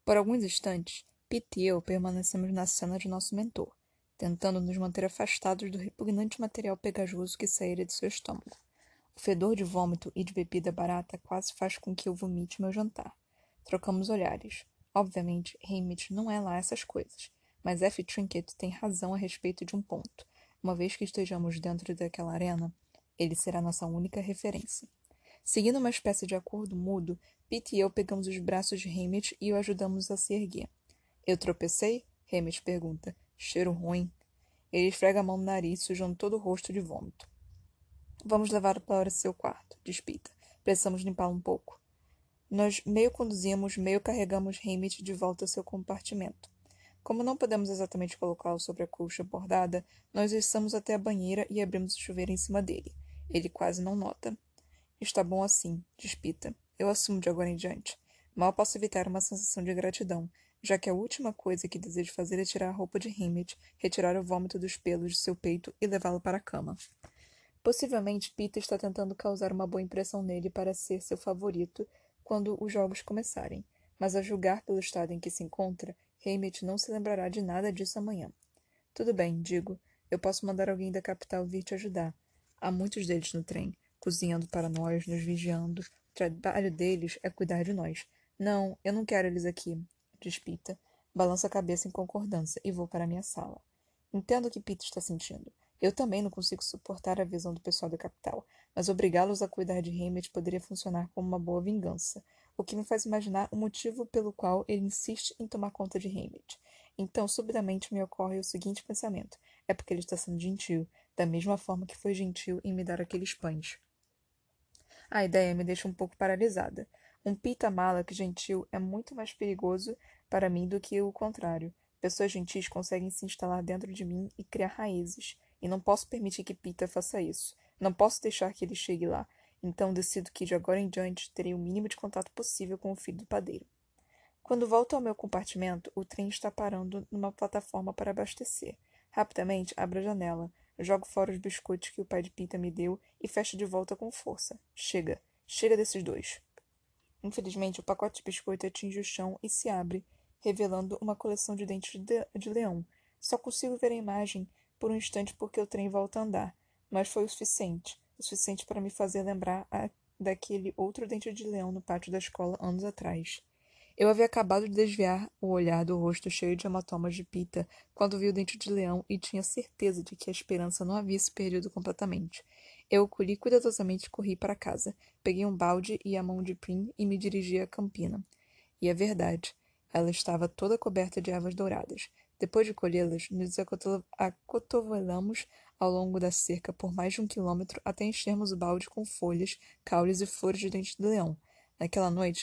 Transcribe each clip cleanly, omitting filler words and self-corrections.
Por alguns instantes, Pete e eu permanecemos na cena de nosso mentor, tentando nos manter afastados do repugnante material pegajoso que saíra de seu estômago. O fedor de vômito e de bebida barata quase faz com que eu vomite meu jantar. Trocamos olhares. Obviamente, Haymitch não é lá essas coisas, mas F. Trinket tem razão a respeito de um ponto. Uma vez que estejamos dentro daquela arena, ele será nossa única referência. Seguindo uma espécie de acordo mudo, Pete e eu pegamos os braços de Haymitch e o ajudamos a se erguer. Eu tropecei? Haymitch pergunta. Cheiro ruim. Ele esfrega a mão no nariz, sujando todo o rosto de vômito. Vamos levá-lo para seu quarto, diz Pita. Precisamos limpá-lo um pouco. Nós meio conduzimos, meio carregamos Haymitch de volta ao seu compartimento. Como não podemos exatamente colocá-lo sobre a colcha bordada, nós estamos até a banheira e abrimos o chuveiro em cima dele. Ele quase não nota. Está bom assim, diz Pita. Eu assumo de agora em diante. Mal posso evitar uma sensação de gratidão, já que a última coisa que desejo fazer é tirar a roupa de Haymitch, retirar o vômito dos pelos de seu peito e levá-lo para a cama. Possivelmente Pita está tentando causar uma boa impressão nele para ser seu favorito quando os jogos começarem, mas a julgar pelo estado em que se encontra, Haymitch não se lembrará de nada disso amanhã. Tudo bem, digo. Eu posso mandar alguém da capital vir te ajudar. Há muitos deles no trem, cozinhando para nós, nos vigiando. O trabalho deles é cuidar de nós. Não, eu não quero eles aqui, diz Pita. Balança a cabeça em concordância e vou para minha sala. Entendo o que Pita está sentindo. Eu também não consigo suportar a visão do pessoal da capital, mas obrigá-los a cuidar de Haymitch poderia funcionar como uma boa vingança, o que me faz imaginar o motivo pelo qual ele insiste em tomar conta de Haymitch. Então, subitamente me ocorre o seguinte pensamento: é porque ele está sendo gentil, da mesma forma que foi gentil em me dar aqueles pães. A ideia me deixa um pouco paralisada. Um pita-mala gentil é muito mais perigoso para mim do que o contrário. Pessoas gentis conseguem se instalar dentro de mim e criar raízes, e não posso permitir que Pita faça isso. Não posso deixar que ele chegue lá. Então decido que de agora em diante terei o mínimo de contato possível com o filho do padeiro. Quando volto ao meu compartimento, o trem está parando numa plataforma para abastecer. Rapidamente abro a janela, jogo fora os biscoitos que o pai de Pita me deu e fecho de volta com força. Chega. Chega desses dois. Infelizmente, o pacote de biscoito atinge o chão e se abre, revelando uma coleção de dentes de leão. Só consigo ver a imagem por um instante porque o trem volta a andar, mas foi o suficiente para me fazer lembrar daquele outro dente de leão no pátio da escola anos atrás. Eu havia acabado de desviar o olhar do rosto cheio de hematomas de Pita quando vi o dente de leão e tinha certeza de que a esperança não havia se perdido completamente. Eu o colhi cuidadosamente e corri para casa. Peguei um balde e a mão de Prim e me dirigi à campina. E é verdade. Ela estava toda coberta de ervas douradas. Depois de colhê-las, nos acotovelamos ao longo da cerca por mais de 1 quilômetro até enchermos o balde com folhas, caules e flores de dente de leão. Naquela noite,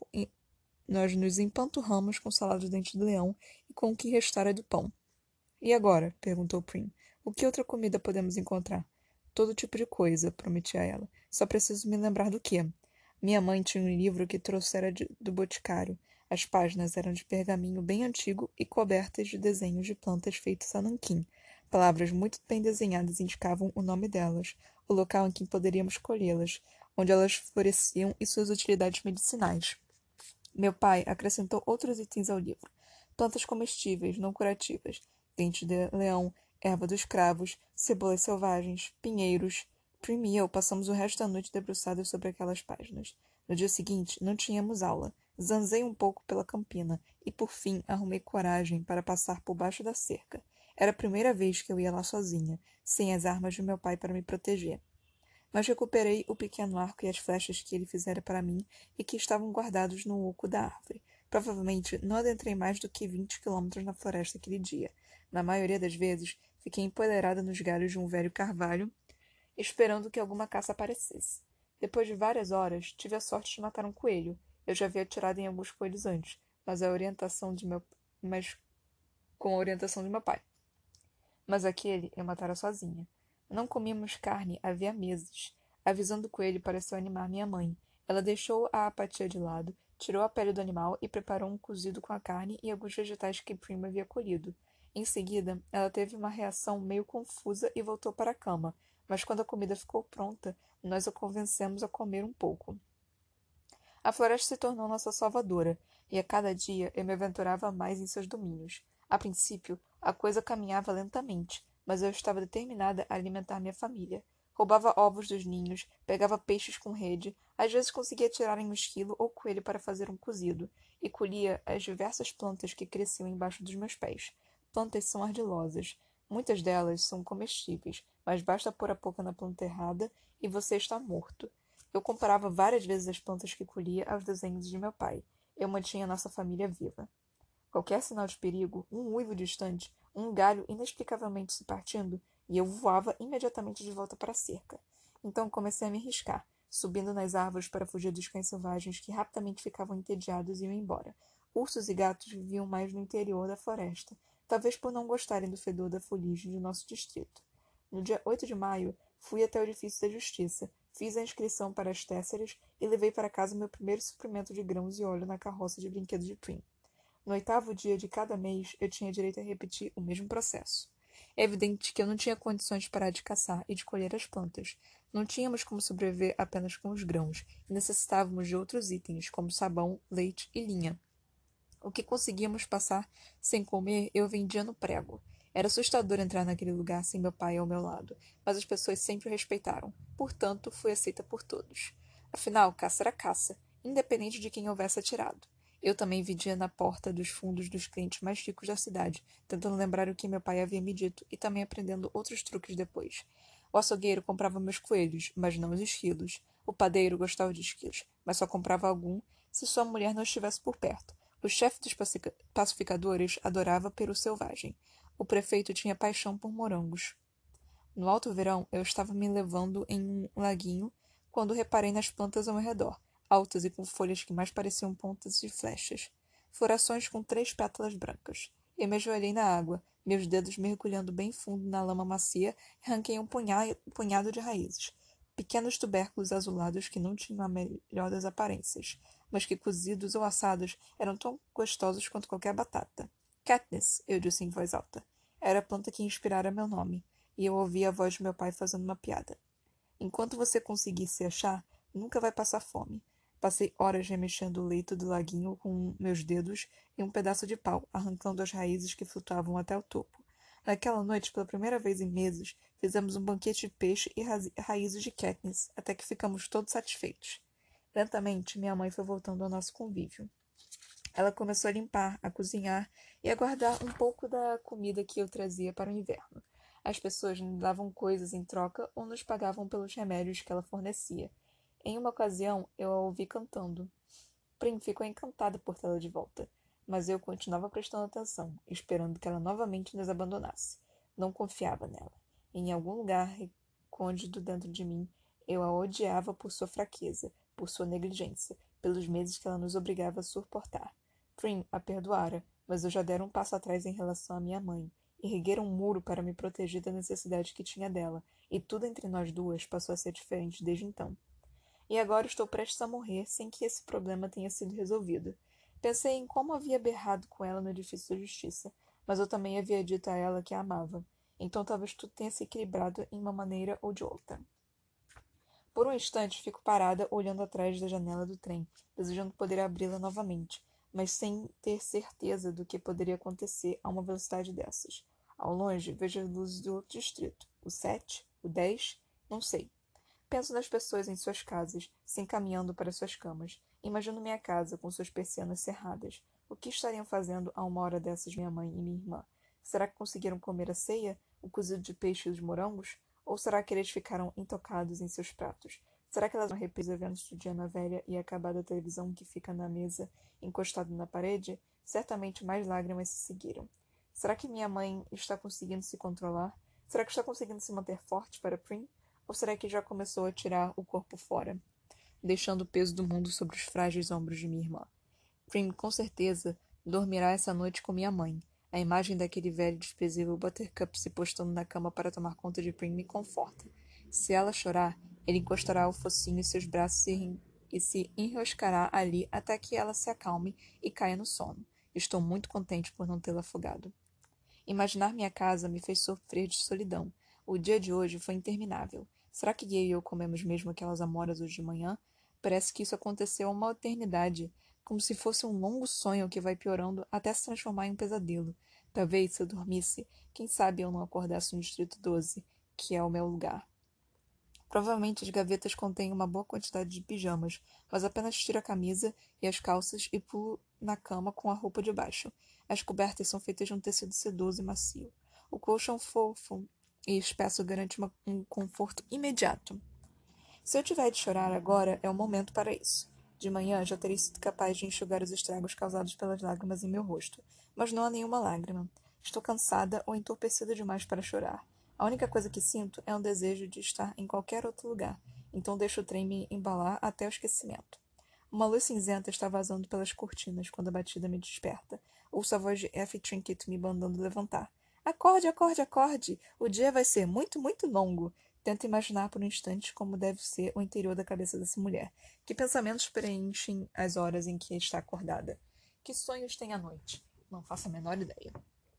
nós nos empanturramos com salada de dente de leão e com o que restara do pão. E agora? Perguntou Prim. O que outra comida podemos encontrar? Todo tipo de coisa, prometi a ela. Só preciso me lembrar do quê. Minha mãe tinha um livro que trouxera do boticário. As páginas eram de pergaminho bem antigo e cobertas de desenhos de plantas feitos a nanquim. Palavras muito bem desenhadas indicavam o nome delas, o local em que poderíamos colhê-las, onde elas floresciam e suas utilidades medicinais. Meu pai acrescentou outros itens ao livro. Plantas comestíveis, não curativas, dente de leão, erva dos cravos, cebolas selvagens, pinheiros. Prim e eu passamos o resto da noite debruçados sobre aquelas páginas. No dia seguinte, não tínhamos aula. Zanzei um pouco pela campina e, por fim, arrumei coragem para passar por baixo da cerca. Era a primeira vez que eu ia lá sozinha, sem as armas de meu pai para me proteger. Mas recuperei o pequeno arco e as flechas que ele fizera para mim e que estavam guardados no oco da árvore. Provavelmente não adentrei mais do que 20 quilômetros na floresta aquele dia. Na maioria das vezes, fiquei empoleirada nos galhos de um velho carvalho, esperando que alguma caça aparecesse. Depois de várias horas, tive a sorte de matar um coelho. Eu já havia atirado em alguns coelhos antes, mas com a orientação de meu pai. Mas aquele eu matara sozinha. Não comíamos carne havia meses. A visão do coelho pareceu animar minha mãe. Ela deixou a apatia de lado, tirou a pele do animal e preparou um cozido com a carne e alguns vegetais que Prima havia colhido. Em seguida, ela teve uma reação meio confusa e voltou para a cama, mas quando a comida ficou pronta, nós a convencemos a comer um pouco. A floresta se tornou nossa salvadora, e a cada dia eu me aventurava mais em seus domínios. A princípio, a coisa caminhava lentamente, mas eu estava determinada a alimentar minha família. Roubava ovos dos ninhos, pegava peixes com rede, às vezes conseguia tirar um esquilo ou coelho para fazer um cozido, e colhia as diversas plantas que cresciam embaixo dos meus pés. Plantas são ardilosas. Muitas delas são comestíveis, mas basta pôr a boca na planta errada e você está morto. Eu comparava várias vezes as plantas que colhia aos desenhos de meu pai. Eu mantinha nossa família viva. Qualquer sinal de perigo, um uivo distante, um galho inexplicavelmente se partindo, e eu voava imediatamente de volta para a cerca. Então comecei a me arriscar, subindo nas árvores para fugir dos cães selvagens que rapidamente ficavam entediados e iam embora. Ursos e gatos viviam mais no interior da floresta, talvez por não gostarem do fedor da fuligem de nosso distrito. No dia 8 de maio, fui até o edifício da justiça, fiz a inscrição para as tésseras e levei para casa meu primeiro suprimento de grãos e óleo na carroça de brinquedos de Prim. No 8º dia de cada mês, eu tinha direito a repetir o mesmo processo. É evidente que eu não tinha condições de parar de caçar e de colher as plantas. Não tínhamos como sobreviver apenas com os grãos, e necessitávamos de outros itens, como sabão, leite e linha. O que conseguíamos passar sem comer, eu vendia no prego. Era assustador entrar naquele lugar sem meu pai ao meu lado, mas as pessoas sempre o respeitaram. Portanto, fui aceita por todos. Afinal, caça era caça, independente de quem houvesse atirado. Eu também vendia na porta dos fundos dos clientes mais ricos da cidade, tentando lembrar o que meu pai havia me dito e também aprendendo outros truques depois. O açougueiro comprava meus coelhos, mas não os esquilos. O padeiro gostava de esquilos, mas só comprava algum se sua mulher não estivesse por perto. O chefe dos pacificadores adorava peru selvagem. O prefeito tinha paixão por morangos. No alto verão, eu estava me levando em um laguinho quando reparei nas plantas ao meu redor, altas e com folhas que mais pareciam pontas de flechas. Florações com 3 pétalas brancas. Eu me ajoelhei na água, meus dedos mergulhando bem fundo na lama macia, e arranquei um punhado de raízes. Pequenos tubérculos azulados que não tinham a melhor das aparências, mas que cozidos ou assados eram tão gostosos quanto qualquer batata. Katniss, eu disse em voz alta. Era a planta que inspirara meu nome, e eu ouvi a voz de meu pai fazendo uma piada. Enquanto você conseguir se achar, nunca vai passar fome. Passei horas remexendo o leito do laguinho com meus dedos e um pedaço de pau, arrancando as raízes que flutuavam até o topo. Naquela noite, pela primeira vez em meses, fizemos um banquete de peixe e raízes de Katniss, até que ficamos todos satisfeitos. Lentamente, minha mãe foi voltando ao nosso convívio. Ela começou a limpar, a cozinhar e a guardar um pouco da comida que eu trazia para o inverno. As pessoas nos davam coisas em troca ou nos pagavam pelos remédios que ela fornecia. Em uma ocasião, eu a ouvi cantando. Prim ficou encantada por tê-la de volta, mas eu continuava prestando atenção, esperando que ela novamente nos abandonasse. Não confiava nela. Em algum lugar recôndito dentro de mim, eu a odiava por sua fraqueza, por sua negligência, pelos meses que ela nos obrigava a suportar. Prim a perdoara, mas eu já dera um passo atrás em relação à minha mãe. Erguera um muro para me proteger da necessidade que tinha dela, e tudo entre nós duas passou a ser diferente desde então. E agora estou prestes a morrer sem que esse problema tenha sido resolvido. Pensei em como havia berrado com ela no edifício da justiça, mas eu também havia dito a ela que a amava. Então talvez tudo tenha se equilibrado em uma maneira ou de outra. Por um instante fico parada olhando atrás da janela do trem, desejando poder abri-la novamente, mas sem ter certeza do que poderia acontecer a uma velocidade dessas. Ao longe vejo as luzes do outro distrito. O 7? O 10? Não sei. Penso nas pessoas em suas casas, se encaminhando para suas camas. Imagino minha casa com suas persianas cerradas. O que estariam fazendo a uma hora dessas minha mãe e minha irmã? Será que conseguiram comer a ceia? O cozido de peixe e os morangos? Ou será que eles ficaram intocados em seus pratos? Será que elas não reprisam vendo Diana velha e acabada televisão que fica na mesa, encostado na parede? Certamente mais lágrimas se seguiram. Será que minha mãe está conseguindo se controlar? Será que está conseguindo se manter forte para Prim? Ou será que já começou a tirar o corpo fora, deixando o peso do mundo sobre os frágeis ombros de minha irmã? Prim, com certeza, dormirá essa noite com minha mãe. A imagem daquele velho e desprezível Buttercup se postando na cama para tomar conta de Prim me conforta. Se ela chorar, ele encostará o focinho em seus braços e se enroscará ali até que ela se acalme e caia no sono. Estou muito contente por não tê-la afogado. Imaginar minha casa me fez sofrer de solidão. O dia de hoje foi interminável. Será que Gay e eu comemos mesmo aquelas amoras hoje de manhã? Parece que isso aconteceu há uma eternidade, como se fosse um longo sonho que vai piorando até se transformar em um pesadelo. Talvez, se eu dormisse, quem sabe eu não acordasse no Distrito 12, que é o meu lugar. Provavelmente as gavetas contêm uma boa quantidade de pijamas, mas apenas tiro a camisa e as calças e pulo na cama com a roupa de baixo. As cobertas são feitas de um tecido sedoso e macio. O colchão fofo e espesso garante um conforto imediato. Se eu tiver de chorar agora, é o momento para isso. De manhã já terei sido capaz de enxugar os estragos causados pelas lágrimas em meu rosto, mas não há nenhuma lágrima. Estou cansada ou entorpecida demais para chorar. A única coisa que sinto é um desejo de estar em qualquer outro lugar, então deixo o trem me embalar até o esquecimento. Uma luz cinzenta está vazando pelas cortinas quando a batida me desperta. Ouço a voz de Effie Trinket me mandando levantar. Acorde, acorde, acorde! O dia vai ser muito, muito longo. Tento imaginar por um instante como deve ser o interior da cabeça dessa mulher. Que pensamentos preenchem as horas em que está acordada? Que sonhos tem à noite? Não faço a menor ideia.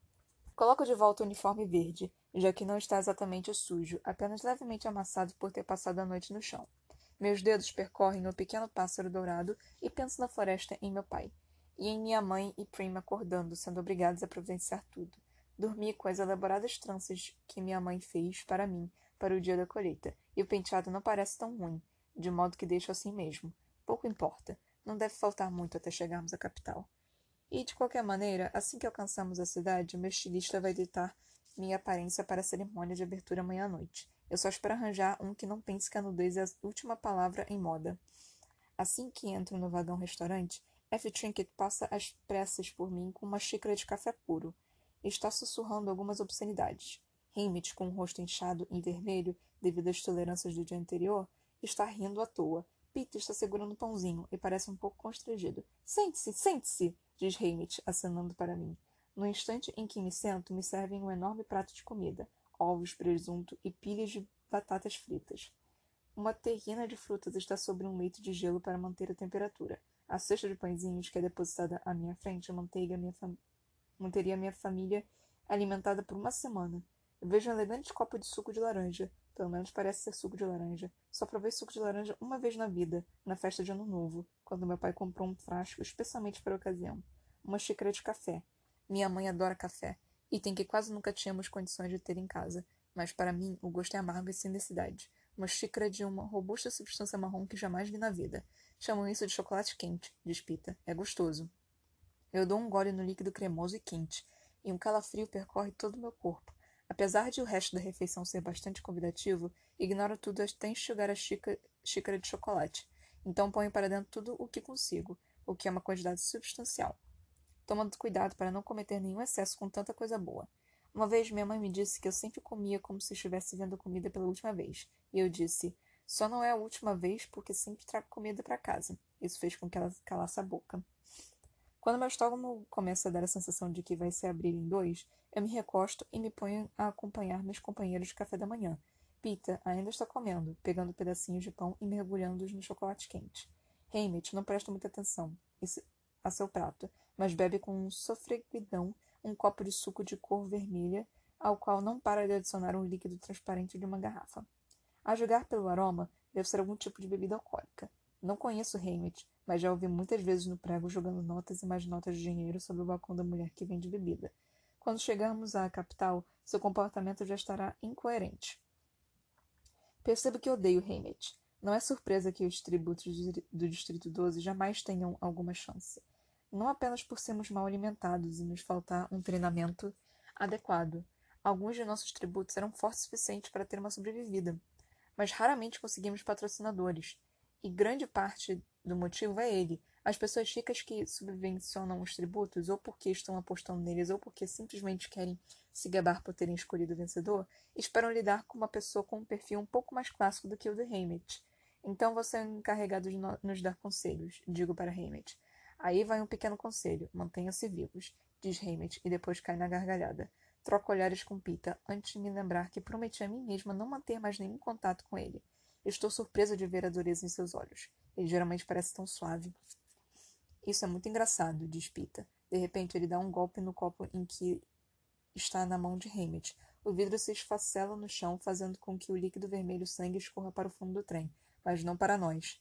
Coloco de volta o uniforme verde, já que não está exatamente sujo, apenas levemente amassado por ter passado a noite no chão. Meus dedos percorrem o pequeno pássaro dourado e penso na floresta em meu pai. E em minha mãe e Prim acordando, sendo obrigados a providenciar tudo. Dormi com as elaboradas tranças que minha mãe fez para mim, para o dia da colheita, e o penteado não parece tão ruim, de modo que deixo assim mesmo. Pouco importa. Não deve faltar muito até chegarmos à capital. E, de qualquer maneira, assim que alcançamos a cidade, o meu estilista vai ditar minha aparência para a cerimônia de abertura amanhã à noite. Eu só espero arranjar um que não pense que a nudez é a última palavra em moda. Assim que entro no vagão-restaurante, F. Trinket passa às pressas por mim com uma xícara de café puro. Está sussurrando algumas obscenidades. Hamish, com o rosto inchado e vermelho devido às tolerâncias do dia anterior, está rindo à toa. Peter está segurando um pãozinho e parece um pouco constrangido. Sente-se, sente-se! Diz Hamish, acenando para mim. No instante em que me sento, me servem um enorme prato de comida, ovos, presunto e pilhas de batatas fritas. Uma terrina de frutas está sobre um leito de gelo para manter a temperatura. A cesta de pãezinhos que é depositada à minha frente manteria minha família alimentada por uma semana. Eu vejo um elegante copo de suco de laranja. Pelo menos parece ser suco de laranja. Só provei suco de laranja uma vez na vida, na festa de Ano Novo, quando meu pai comprou um frasco especialmente para a ocasião. Uma xícara de café. Minha mãe adora café, item que quase nunca tínhamos condições de ter em casa, mas para mim o gosto é amargo e sem necessidade. Uma xícara de uma robusta substância marrom que jamais vi na vida. Chamam isso de chocolate quente, diz Pita. É gostoso. Eu dou um gole no líquido cremoso e quente, e um calafrio percorre todo o meu corpo. Apesar de o resto da refeição ser bastante convidativo, ignoro tudo até enxugar a xícara de chocolate. Então ponho para dentro tudo o que consigo, o que é uma quantidade substancial, tomando cuidado para não cometer nenhum excesso com tanta coisa boa. Uma vez minha mãe me disse que eu sempre comia como se estivesse vendo comida pela última vez, e eu disse, só não é a última vez porque sempre trago comida para casa. Isso fez com que ela calasse a boca. Quando meu estômago começa a dar a sensação de que vai se abrir em dois, eu me recosto e me ponho a acompanhar meus companheiros de café da manhã. Pita ainda está comendo, pegando pedacinhos de pão e mergulhando-os no chocolate quente. Hamish não presta muita atenção a seu prato, mas bebe com um sofreguidão um copo de suco de cor vermelha, ao qual não para de adicionar um líquido transparente de uma garrafa. A julgar pelo aroma, deve ser algum tipo de bebida alcoólica. Não conheço Hamish, mas já ouvi muitas vezes no prego jogando notas e mais notas de dinheiro sobre o balcão da mulher que vende bebida. Quando chegarmos à capital, seu comportamento já estará incoerente. Percebo que odeio Hamish. Não é surpresa que os tributos do Distrito 12 jamais tenham alguma chance. Não apenas por sermos mal alimentados e nos faltar um treinamento adequado. Alguns de nossos tributos eram fortes o suficiente para ter uma sobrevivida, mas raramente conseguimos patrocinadores. E grande parte do motivo é ele. As pessoas ricas que subvencionam os tributos, ou porque estão apostando neles, ou porque simplesmente querem se gabar por terem escolhido o vencedor, esperam lidar com uma pessoa com um perfil um pouco mais clássico do que o de Hamish. Então você é o encarregado de nos dar conselhos, digo para Hamish. Aí vai um pequeno conselho, mantenham-se vivos, diz Hamish, e depois cai na gargalhada. Troco olhares com Pita, antes de me lembrar que prometi a mim mesma não manter mais nenhum contato com ele. Estou surpresa de ver a dureza em seus olhos. Ele geralmente parece tão suave. Isso é muito engraçado, diz Pita. De repente, ele dá um golpe no copo em que está na mão de Hamish. O vidro se esfacela no chão, fazendo com que o líquido vermelho sangue escorra para o fundo do trem, mas não para nós.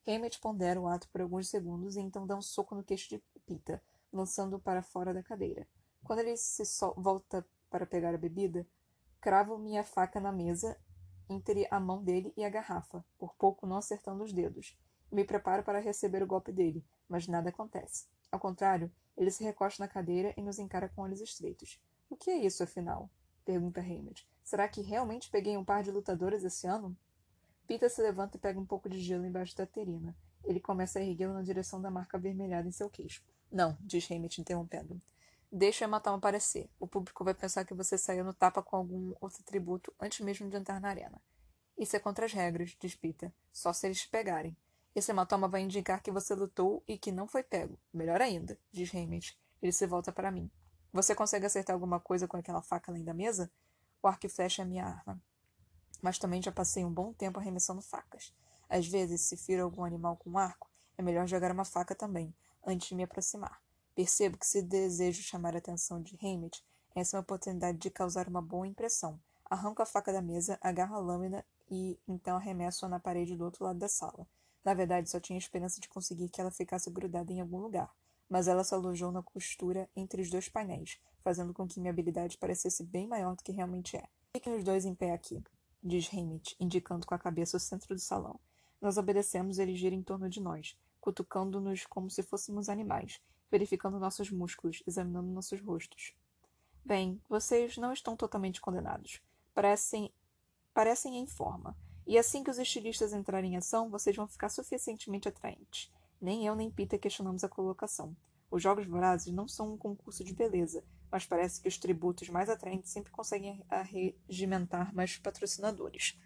Hammett pondera o ato por alguns segundos e então dá um soco no queixo de Pita, lançando-o para fora da cadeira. Quando ele volta para pegar a bebida, cravo minha faca na mesa entre a mão dele e a garrafa, por pouco não acertando os dedos. Me preparo para receber o golpe dele, mas nada acontece. Ao contrário, ele se recosta na cadeira e nos encara com olhos estreitos. O que é isso, afinal? Pergunta Hammett. Será que realmente peguei um par de lutadores esse ano? Peter se levanta e pega um pouco de gelo embaixo da terina. Ele começa a erguê-lo na direção da marca avermelhada em seu queixo. Não, diz Hammett, interrompendo. Deixa o hematoma aparecer. O público vai pensar que você saiu no tapa com algum outro tributo antes mesmo de entrar na arena. Isso é contra as regras, diz Peter. Só se eles te pegarem. Esse hematoma vai indicar que você lutou e que não foi pego. Melhor ainda, diz Hammett. Ele se volta para mim. Você consegue acertar alguma coisa com aquela faca além da mesa? O arco e flecha é minha arma. Mas também já passei um bom tempo arremessando facas. Às vezes, se firo algum animal com um arco, é melhor jogar uma faca também, antes de me aproximar. Percebo que se desejo chamar a atenção de Hammett, essa é uma oportunidade de causar uma boa impressão. Arranco a faca da mesa, agarro a lâmina e então arremesso-a na parede do outro lado da sala. Na verdade, só tinha esperança de conseguir que ela ficasse grudada em algum lugar, mas ela se alojou na costura entre os dois painéis, fazendo com que minha habilidade parecesse bem maior do que realmente é. Fiquem os dois em pé aqui, diz Hammett, indicando com a cabeça o centro do salão. Nós obedecemos e ele gira em torno de nós, cutucando-nos como se fôssemos animais, verificando nossos músculos, examinando nossos rostos. Bem, vocês não estão totalmente condenados. Parecem em forma. E assim que os estilistas entrarem em ação, vocês vão ficar suficientemente atraentes. Nem eu nem Peter questionamos a colocação. Os Jogos Vorazes não são um concurso de beleza, mas parece que os tributos mais atraentes sempre conseguem arregimentar mais patrocinadores.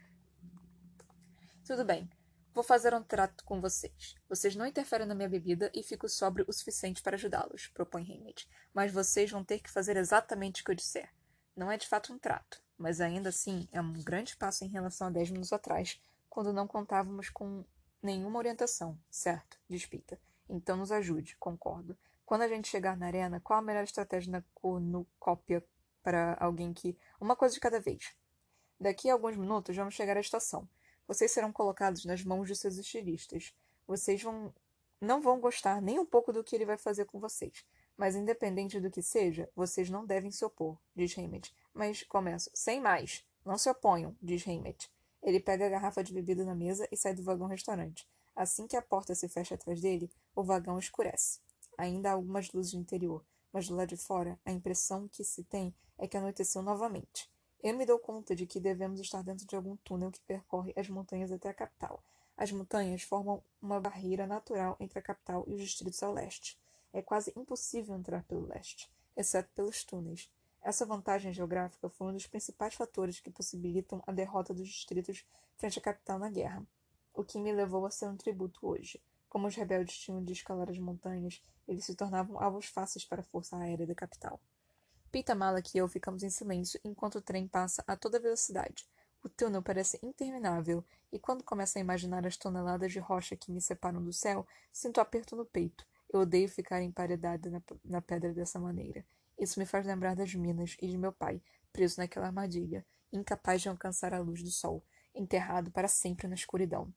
Tudo bem. Vou fazer um trato com vocês. Vocês não interferem na minha bebida e fico sóbrio o suficiente para ajudá-los, propõe Hammett. Mas vocês vão ter que fazer exatamente o que eu disser. Não é de fato um trato, mas ainda assim é um grande passo em relação a 10 minutos atrás, quando não contávamos com nenhuma orientação, certo? Diz Peter. Então nos ajude, concordo. Quando a gente chegar na arena, qual a melhor estratégia na cornucópia para alguém que... Uma coisa de cada vez. Daqui a alguns minutos vamos chegar à estação. Vocês serão colocados nas mãos de seus estilistas. Vocês não vão gostar nem um pouco do que ele vai fazer com vocês. Mas independente do que seja, vocês não devem se opor, diz Hammett. Mas começo. Sem mais. Não se oponham, diz Hammett. Ele pega a garrafa de bebida na mesa e sai do vagão-restaurante. Assim que a porta se fecha atrás dele, o vagão escurece. Ainda há algumas luzes no interior, mas do lado de fora, a impressão que se tem é que anoiteceu novamente. Eu me dou conta de que devemos estar dentro de algum túnel que percorre as montanhas até a capital. As montanhas formam uma barreira natural entre a capital e os distritos ao leste. É quase impossível entrar pelo leste, exceto pelos túneis. Essa vantagem geográfica foi um dos principais fatores que possibilitam a derrota dos distritos frente à capital na guerra, o que me levou a ser um tributo hoje. Como os rebeldes tinham de escalar as montanhas, eles se tornavam alvos fáceis para a força aérea da capital. Pita, Malak e eu ficamos em silêncio enquanto o trem passa a toda velocidade. O túnel parece interminável, e quando começo a imaginar as toneladas de rocha que me separam do céu, sinto aperto no peito. Eu odeio ficar emparedada na pedra dessa maneira. Isso me faz lembrar das minas e de meu pai, preso naquela armadilha, incapaz de alcançar a luz do sol, enterrado para sempre na escuridão.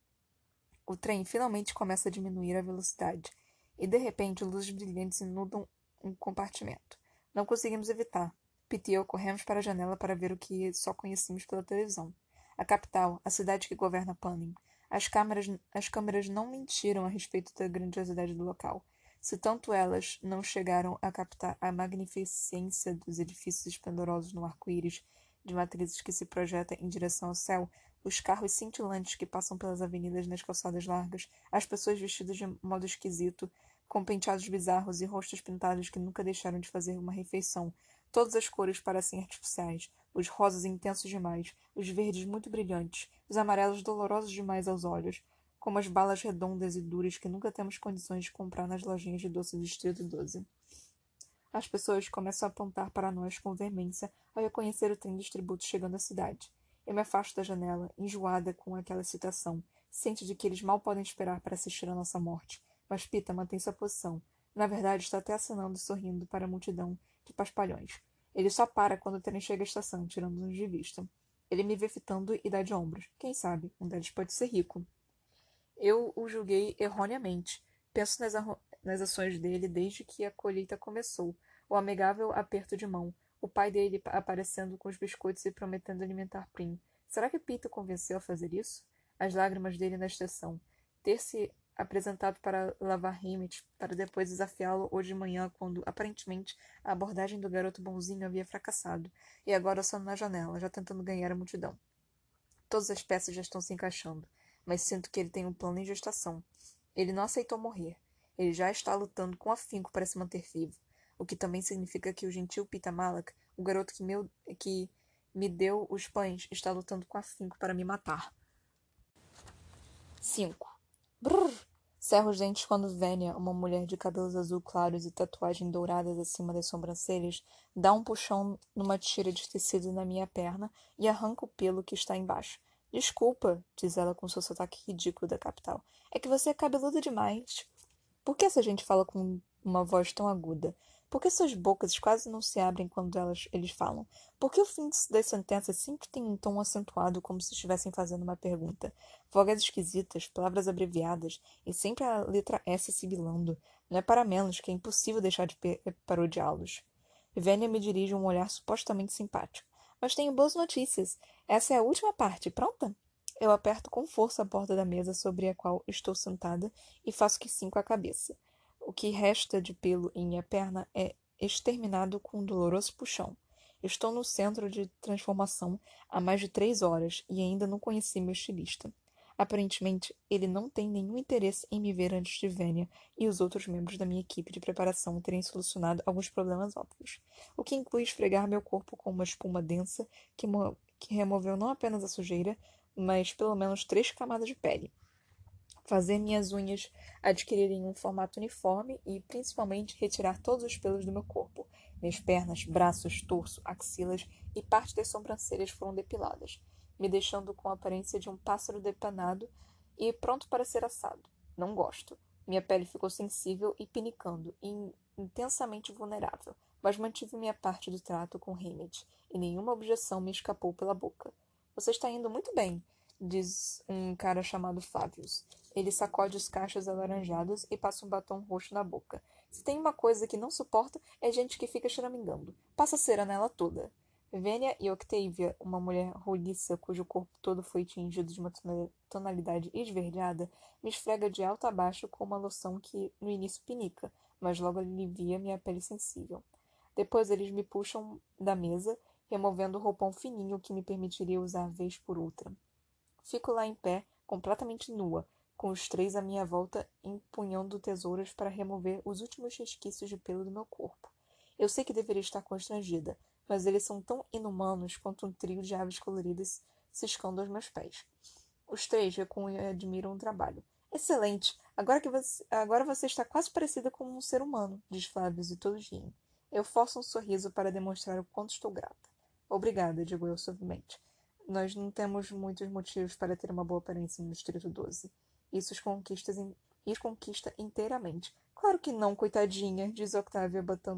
O trem finalmente começa a diminuir a velocidade, e de repente luzes brilhantes inundam um compartimento. Não conseguimos evitar. Pete e eu corremos para a janela para ver o que só conhecíamos pela televisão. A capital, a cidade que governa Panem. As câmeras não mentiram a respeito da grandiosidade do local. Se tanto elas não chegaram a captar a magnificência dos edifícios esplendorosos no arco-íris de matrizes que se projeta em direção ao céu, os carros cintilantes que passam pelas avenidas nas calçadas largas, as pessoas vestidas de modo esquisito, com penteados bizarros e rostos pintados que nunca deixaram de fazer uma refeição. Todas as cores parecem artificiais, os rosas intensos demais, os verdes muito brilhantes, os amarelos dolorosos demais aos olhos, como as balas redondas e duras que nunca temos condições de comprar nas lojinhas de doce do Distrito 12. As pessoas começam a apontar para nós com veemência ao reconhecer o trem dos tributos chegando à cidade. Eu me afasto da janela, enjoada com aquela excitação, ciente de que eles mal podem esperar para assistir à nossa morte. Mas Pita mantém sua posição. Na verdade, está até acenando e sorrindo para a multidão de paspalhões. Ele só para quando o trem chega à estação, tirando-nos de vista. Ele me vê fitando e dá de ombros. Quem sabe, um deles pode ser rico. Eu o julguei erroneamente. Penso nas ações dele desde que a colheita começou. O amigável aperto de mão. O pai dele aparecendo com os biscoitos e prometendo alimentar Prim. Será que Pete o convenceu a fazer isso? As lágrimas dele na estação. Ter se apresentado para lavar Hammett, para depois desafiá-lo hoje de manhã, quando, aparentemente, a abordagem do garoto bonzinho havia fracassado. E agora só na janela, já tentando ganhar a multidão. Todas as peças já estão se encaixando, mas sinto que ele tem um plano em gestação. Ele não aceitou morrer. Ele já está lutando com afinco para se manter vivo, o que também significa que o gentil Pita Malak, o garoto que me deu os pães, está lutando com afinco para me matar. 5. Brrr! Cerro os dentes quando Vênia, uma mulher de cabelos azul claros e tatuagens douradas acima das sobrancelhas, dá um puxão numa tira de tecido na minha perna e arranca o pelo que está embaixo. Desculpa, diz ela com seu sotaque ridículo da capital. É que você é cabeluda demais. Por que essa gente fala com uma voz tão aguda? Por que suas bocas quase não se abrem quando eles falam? Por que o fim das sentenças sempre tem um tom acentuado, como se estivessem fazendo uma pergunta? Vogais esquisitas, palavras abreviadas, e sempre a letra S sibilando. Não é para menos que é impossível deixar de parodiá-los. Vênia me dirige um olhar supostamente simpático. Mas tenho boas notícias. Essa é a última parte. Pronta? Eu aperto com força a borda da mesa sobre a qual estou sentada e faço que sim com a cabeça. O que resta de pelo em minha perna é exterminado com um doloroso puxão. Estou no centro de transformação há mais de 3 horas e ainda não conheci meu estilista. Aparentemente, ele não tem nenhum interesse em me ver antes de Vênia e os outros membros da minha equipe de preparação terem solucionado alguns problemas óbvios, o que inclui esfregar meu corpo com uma espuma densa que removeu não apenas a sujeira, mas pelo menos 3 camadas de pele. Fazer minhas unhas adquirirem um formato uniforme e, principalmente, retirar todos os pelos do meu corpo. Minhas pernas, braços, torso, axilas e parte das sobrancelhas foram depiladas, me deixando com a aparência de um pássaro depenado e pronto para ser assado. Não gosto. Minha pele ficou sensível e pinicando, e intensamente vulnerável, mas mantive minha parte do trato com Hammett, e nenhuma objeção me escapou pela boca. Você está indo muito bem, diz um cara chamado Fávios. Ele sacode os cachos alaranjados e passa um batom roxo na boca. Se tem uma coisa que não suporta, é gente que fica choramingando. Passa cera nela toda. Vênia e Octavia, uma mulher roliça cujo corpo todo foi tingido de uma tonalidade esverdeada, me esfrega de alto a baixo com uma loção que no início pinica, mas logo alivia minha pele sensível. Depois eles me puxam da mesa, removendo o roupão fininho que me permitiria usar vez por outra. Fico lá em pé, completamente nua, com os 3 à minha volta empunhando tesouras para remover os últimos resquícios de pelo do meu corpo. Eu sei que deveria estar constrangida, mas eles são tão inumanos quanto um trio de aves coloridas ciscando aos meus pés. Os 3 recuam e admiram o trabalho. Excelente! Agora você está quase parecida com um ser humano, diz Flávios e todos riem. Eu forço um sorriso para demonstrar o quanto estou grata. Obrigada, digo eu suavemente. Nós não temos muitos motivos para ter uma boa aparência no Distrito 12. Isso os conquista inteiramente. Claro que não, coitadinha, diz Octávia,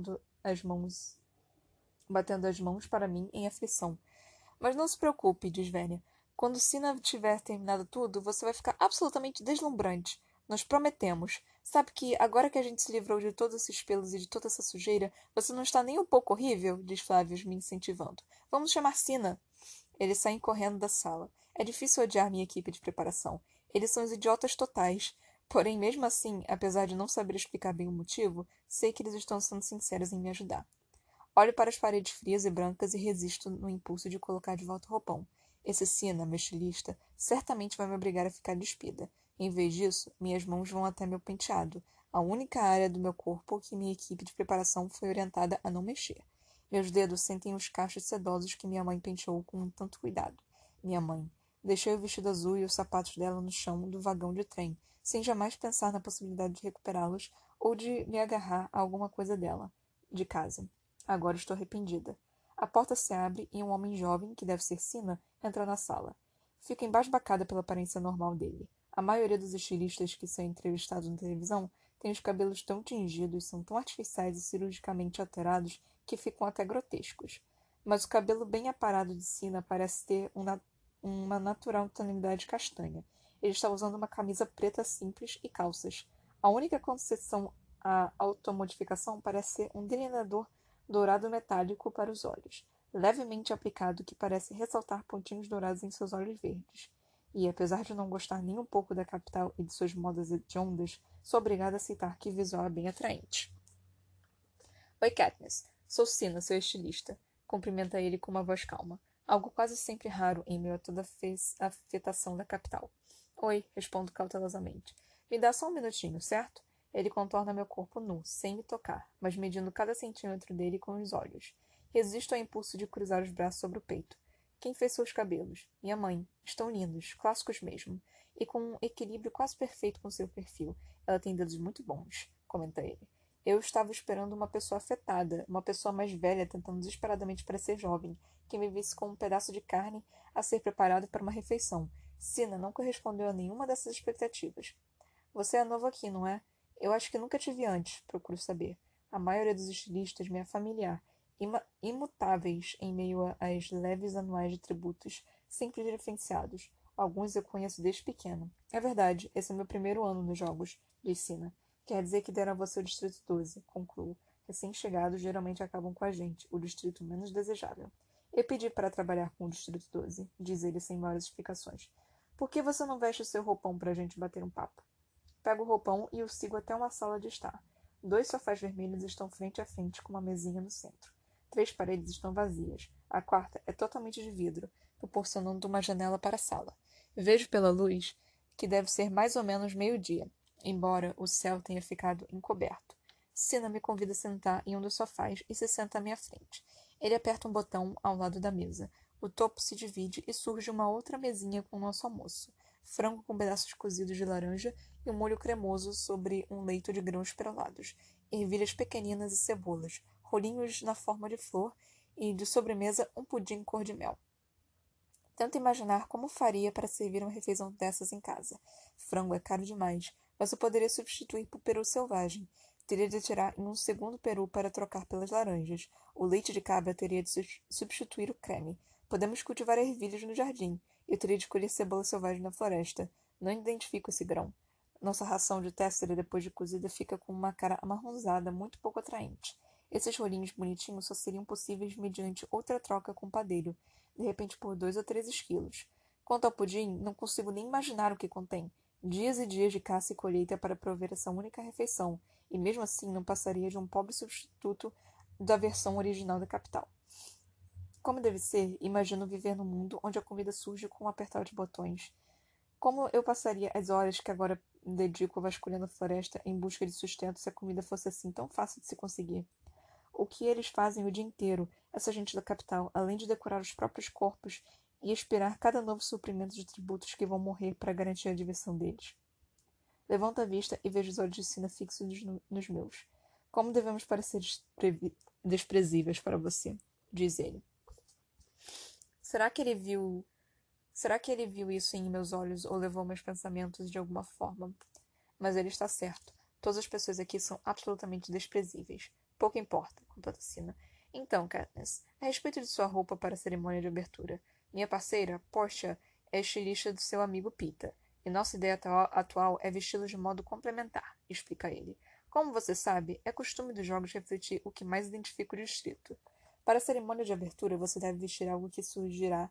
batendo as mãos para mim em aflição. Mas não se preocupe, diz Vênia. Quando Sina tiver terminado tudo, você vai ficar absolutamente deslumbrante. Nós prometemos. Sabe que, agora que a gente se livrou de todos esses pelos e de toda essa sujeira, você não está nem um pouco horrível? Diz Flávios, me incentivando. Vamos chamar Sina. Eles saem correndo da sala. É difícil odiar minha equipe de preparação. Eles são os idiotas totais. Porém, mesmo assim, apesar de não saber explicar bem o motivo, sei que eles estão sendo sinceros em me ajudar. Olho para as paredes frias e brancas e resisto no impulso de colocar de volta o roupão. Esse Sina, meu estilista, certamente vai me obrigar a ficar despida. Em vez disso, minhas mãos vão até meu penteado, a única área do meu corpo que minha equipe de preparação foi orientada a não mexer. Meus dedos sentem os cachos sedosos que minha mãe penteou com tanto cuidado. Minha mãe. Deixei o vestido azul e os sapatos dela no chão do vagão de trem, sem jamais pensar na possibilidade de recuperá-los ou de me agarrar a alguma coisa dela, de casa. Agora estou arrependida. A porta se abre e um homem jovem, que deve ser Sina, entra na sala. Fico embasbacada pela aparência normal dele. A maioria dos estilistas que são entrevistados na televisão tem os cabelos tão tingidos, são tão artificiais e cirurgicamente alterados que ficam até grotescos. Mas o cabelo bem aparado de Sina parece ter uma natural tonalidade castanha. Ele está usando uma camisa preta simples e calças. A única concessão à automodificação parece ser um delineador dourado metálico para os olhos, levemente aplicado que parece ressaltar pontinhos dourados em seus olhos verdes. E, apesar de não gostar nem um pouco da capital e de suas modas hediondas, sou obrigada a aceitar que o visual é bem atraente. Oi, Katniss. Sou Sina, seu estilista. Cumprimenta ele com uma voz calma, algo quase sempre raro em meio a toda a afetação da capital. Oi, respondo cautelosamente. Me dá só um minutinho, certo? Ele contorna meu corpo nu, sem me tocar, mas medindo cada centímetro dele com os olhos. Resisto ao impulso de cruzar os braços sobre o peito. Quem fez seus cabelos? Minha mãe. Estão lindos, clássicos mesmo, e com um equilíbrio quase perfeito com seu perfil. Ela tem dedos muito bons, comenta ele. Eu estava esperando uma pessoa afetada, uma pessoa mais velha tentando desesperadamente parecer jovem, que me visse como um pedaço de carne a ser preparado para uma refeição. Sina não correspondeu a nenhuma dessas expectativas. Você é novo aqui, não é? Eu acho que nunca tive antes, procuro saber. A maioria dos estilistas me é familiar, imutáveis em meio às leves anuais de tributos, simples diferenciados. Alguns eu conheço desde pequeno. É verdade, esse é meu primeiro ano nos jogos, diz Sina. Quer dizer que deram a você o Distrito 12, concluo. Recém-chegados geralmente acabam com a gente, o distrito menos desejável. Eu pedi para trabalhar com o Distrito 12, diz ele sem maiores explicações. Por que você não veste o seu roupão para a gente bater um papo? Pego o roupão e o sigo até uma sala de estar. 2 sofás vermelhos estão frente a frente com uma mesinha no centro. 3 paredes estão vazias. A quarta é totalmente de vidro, proporcionando uma janela para a sala. Vejo pela luz que deve ser mais ou menos meio-dia, embora o céu tenha ficado encoberto. Sina me convida a sentar em um dos sofás e se senta à minha frente. Ele aperta um botão ao lado da mesa. O topo se divide e surge uma outra mesinha com o nosso almoço. Frango com pedaços cozidos de laranja e um molho cremoso sobre um leito de grãos perolados, ervilhas pequeninas e cebolas, rolinhos na forma de flor e, de sobremesa, um pudim cor-de-mel. Tento imaginar como faria para servir uma refeição dessas em casa. Frango é caro demais, mas eu poderia substituir por peru selvagem. Teria de tirar em um segundo peru para trocar pelas laranjas. O leite de cabra teria de substituir o creme. Podemos cultivar ervilhas no jardim. Eu teria de colher cebola selvagem na floresta. Não identifico esse grão. Nossa ração de téssera depois de cozida fica com uma cara amarronzada, muito pouco atraente. Esses rolinhos bonitinhos só seriam possíveis mediante outra troca com o padeiro, de repente por 2 ou 3 esquilos. Quanto ao pudim, não consigo nem imaginar o que contém. Dias e dias de caça e colheita para prover essa única refeição, e mesmo assim não passaria de um pobre substituto da versão original da capital. Como deve ser, imagino viver num mundo onde a comida surge com um apertar de botões. Como eu passaria as horas que agora dedico vasculhando a floresta em busca de sustento se a comida fosse assim tão fácil de se conseguir? O que eles fazem o dia inteiro, essa gente da capital, além de decorar os próprios corpos e esperar cada novo suprimento de tributos que vão morrer para garantir a diversão deles? Levanto a vista e vejo os olhos de Sina fixos nos meus. Como devemos parecer desprezíveis para você? Diz ele. Será que ele viu isso em meus olhos ou levou meus pensamentos de alguma forma? Mas ele está certo. Todas as pessoas aqui são absolutamente desprezíveis. Pouco importa, completa Sina. Então, Katniss, a respeito de sua roupa para a cerimônia de abertura. Minha parceira, Portia, é estilista do seu amigo Pita, e nossa ideia atual é vesti-los de modo complementar, explica ele. Como você sabe, é costume dos jogos refletir o que mais identifica o distrito. Para a cerimônia de abertura, você deve vestir algo que sugira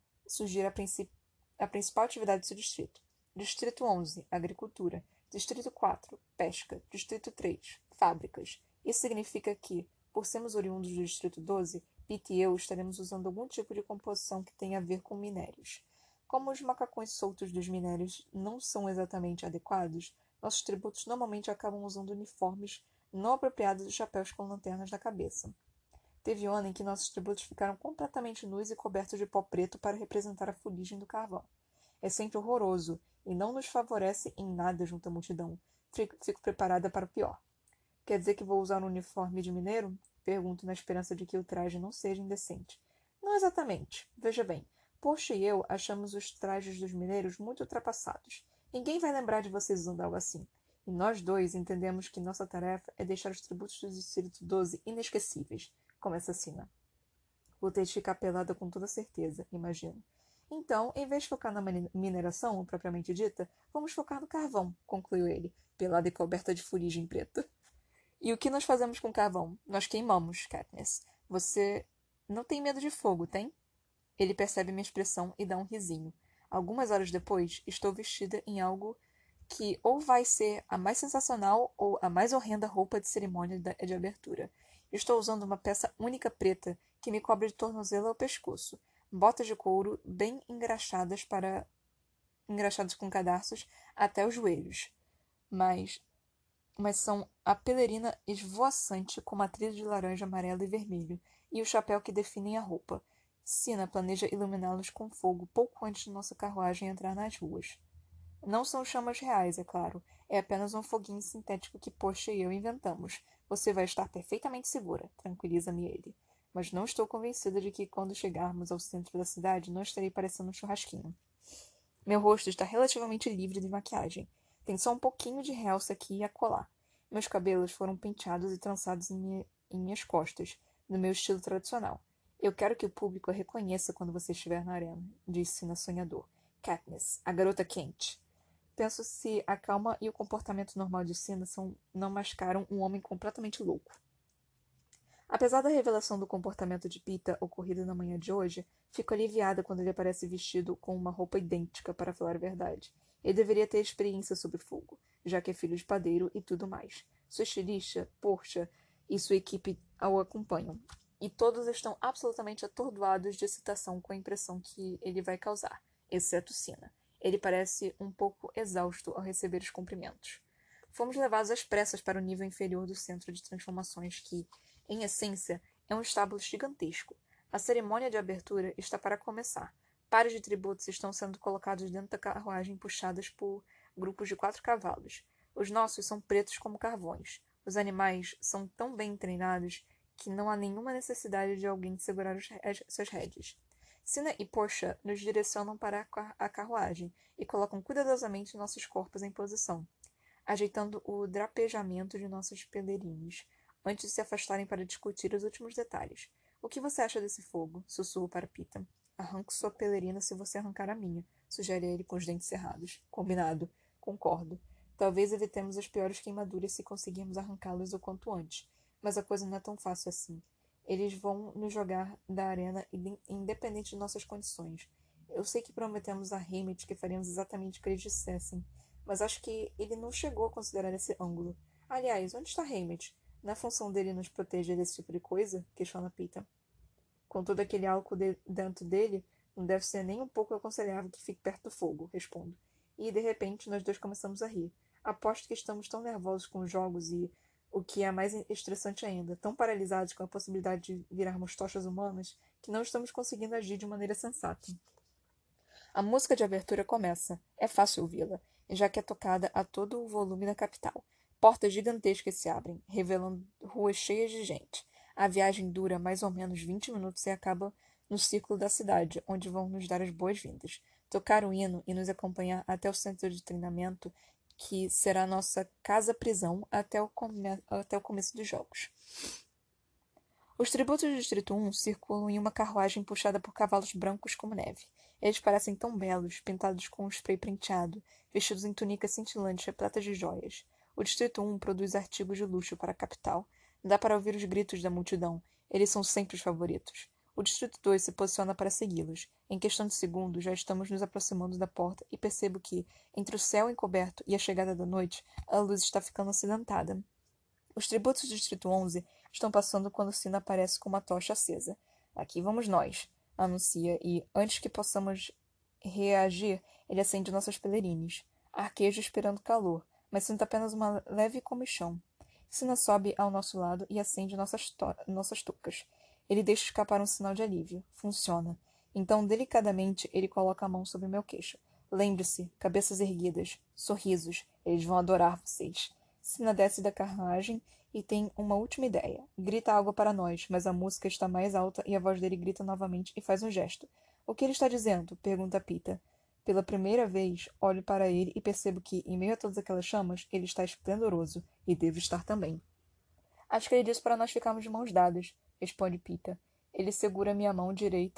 a principal atividade do seu distrito. Distrito 11, agricultura. Distrito 4, pesca. Distrito 3, fábricas. Isso significa que, por sermos oriundos do Distrito 12, Pete e eu estaremos usando algum tipo de composição que tenha a ver com minérios. Como os macacões soltos dos minérios não são exatamente adequados, nossos tributos normalmente acabam usando uniformes não apropriados e chapéus com lanternas na cabeça. Teve um ano em que nossos tributos ficaram completamente nus e cobertos de pó preto para representar a fuligem do carvão. É sempre horroroso e não nos favorece em nada junto à multidão. Fico preparada para o pior. Quer dizer que vou usar um uniforme de mineiro? Pergunto na esperança de que o traje não seja indecente. Não exatamente. Veja bem, Porsche e eu achamos os trajes dos mineiros muito ultrapassados. Ninguém vai lembrar de vocês usando algo assim. E nós dois entendemos que nossa tarefa é deixar os tributos do Distrito 12 inesquecíveis. Começa Sina. Vou ter de ficar pelada com toda certeza, imagino. Então, em vez de focar na mineração, propriamente dita, vamos focar no carvão, concluiu ele, pelada e coberta de fuligem preta. E o que nós fazemos com carvão? Nós queimamos, Katniss. Você não tem medo de fogo, tem? Ele percebe minha expressão e dá um risinho. Algumas horas depois, estou vestida em algo que ou vai ser a mais sensacional ou a mais horrenda roupa de cerimônia de abertura. Estou usando uma peça única preta que me cobre de tornozelo ao pescoço, botas de couro bem engraxadas com cadarços até os joelhos, mas são a pelerina esvoaçante com uma trilha de laranja, amarelo e vermelho, e o chapéu que definem a roupa. Sina planeja iluminá-los com fogo pouco antes de nossa carruagem entrar nas ruas. Não são chamas reais, é claro. É apenas um foguinho sintético que Porsche e eu inventamos. Você vai estar perfeitamente segura, tranquiliza-me ele. Mas não estou convencida de que quando chegarmos ao centro da cidade não estarei parecendo um churrasquinho. Meu rosto está relativamente livre de maquiagem. Tem só um pouquinho de realce aqui e acolá. Meus cabelos foram penteados e trançados em minhas costas, no meu estilo tradicional. Eu quero que o público a reconheça quando você estiver na arena, disse Sina sonhador. Katniss, a garota quente. Penso se a calma e o comportamento normal de Sina não mascaram um homem completamente louco. Apesar da revelação do comportamento de Pita ocorrida na manhã de hoje, fico aliviada quando ele aparece vestido com uma roupa idêntica, para falar a verdade. Ele deveria ter experiência sobre fogo, já que é filho de padeiro e tudo mais. Sua estilista, Portia e sua equipe o acompanham, e todos estão absolutamente atordoados de excitação com a impressão que ele vai causar, exceto Sina. Ele parece um pouco exausto ao receber os cumprimentos. Fomos levados às pressas para o nível inferior do centro de transformações que, em essência, é um estábulo gigantesco. A cerimônia de abertura está para começar. Pares de tributos estão sendo colocados dentro da carruagem puxadas por grupos de 4 cavalos. Os nossos são pretos como carvões. Os animais são tão bem treinados que não há nenhuma necessidade de alguém segurar suas rédeas. Sina e Portia nos direcionam para a carruagem e colocam cuidadosamente nossos corpos em posição, ajeitando o drapejamento de nossos pelerines, antes de se afastarem para discutir os últimos detalhes. O que você acha desse fogo? Sussurro para Pita. Arranco sua pelerina se você arrancar a minha, sugere ele com os dentes cerrados. Combinado. Concordo. Talvez evitemos as piores queimaduras se conseguirmos arrancá-las o quanto antes, mas a coisa não é tão fácil assim. Eles vão nos jogar da arena independente de nossas condições. Eu sei que prometemos a Hammett que faríamos exatamente o que eles dissessem, mas acho que ele não chegou a considerar esse ângulo. Aliás, onde está Hammett? Não é função dele nos proteger desse tipo de coisa? Questiona Pita. Com todo aquele álcool dentro dele, não deve ser nem um pouco aconselhável que fique perto do fogo, respondo. E, de repente, nós dois começamos a rir. Aposto que estamos tão nervosos com os jogos e, o que é mais estressante ainda, tão paralisados com a possibilidade de virarmos tochas humanas, que não estamos conseguindo agir de maneira sensata. A música de abertura começa. É fácil ouvi-la, já que é tocada a todo o volume da capital. Portas gigantescas se abrem, revelando ruas cheias de gente. A viagem dura mais ou menos 20 minutos e acaba no círculo da cidade, onde vão nos dar as boas-vindas, tocar o hino e nos acompanhar até o centro de treinamento, que será nossa casa-prisão até o começo dos jogos. Os tributos do Distrito 1 circulam em uma carruagem puxada por cavalos brancos como neve. Eles parecem tão belos, pintados com um spray prenteado, vestidos em túnicas cintilantes repletas de joias. O Distrito 1 produz artigos de luxo para a capital. Dá para ouvir os gritos da multidão. Eles são sempre os favoritos. O Distrito 2 se posiciona para segui-los. Em questão de segundos, já estamos nos aproximando da porta e percebo que, entre o céu encoberto e a chegada da noite, a luz está ficando acidentada. Os tributos do Distrito 11 estão passando quando Sina aparece com uma tocha acesa. Aqui vamos nós, anuncia, e, antes que possamos reagir, ele acende nossas pelerines. Arquejo esperando calor, mas sinto apenas uma leve comichão. Sina sobe ao nosso lado e acende nossas toucas. Ele deixa escapar um sinal de alívio. Funciona. Então, delicadamente, ele coloca a mão sobre meu queixo. Lembre-se, cabeças erguidas, sorrisos. Eles vão adorar vocês. Sina desce da carruagem e tem uma última ideia. Grita algo para nós, mas a música está mais alta e a voz dele grita novamente e faz um gesto. O que ele está dizendo? Pergunta Pita. Pela primeira vez, olho para ele e percebo que, em meio a todas aquelas chamas, ele está esplendoroso, e devo estar também. Acho que ele disse para nós ficarmos de mãos dadas, responde Pita. Ele segura minha mão direita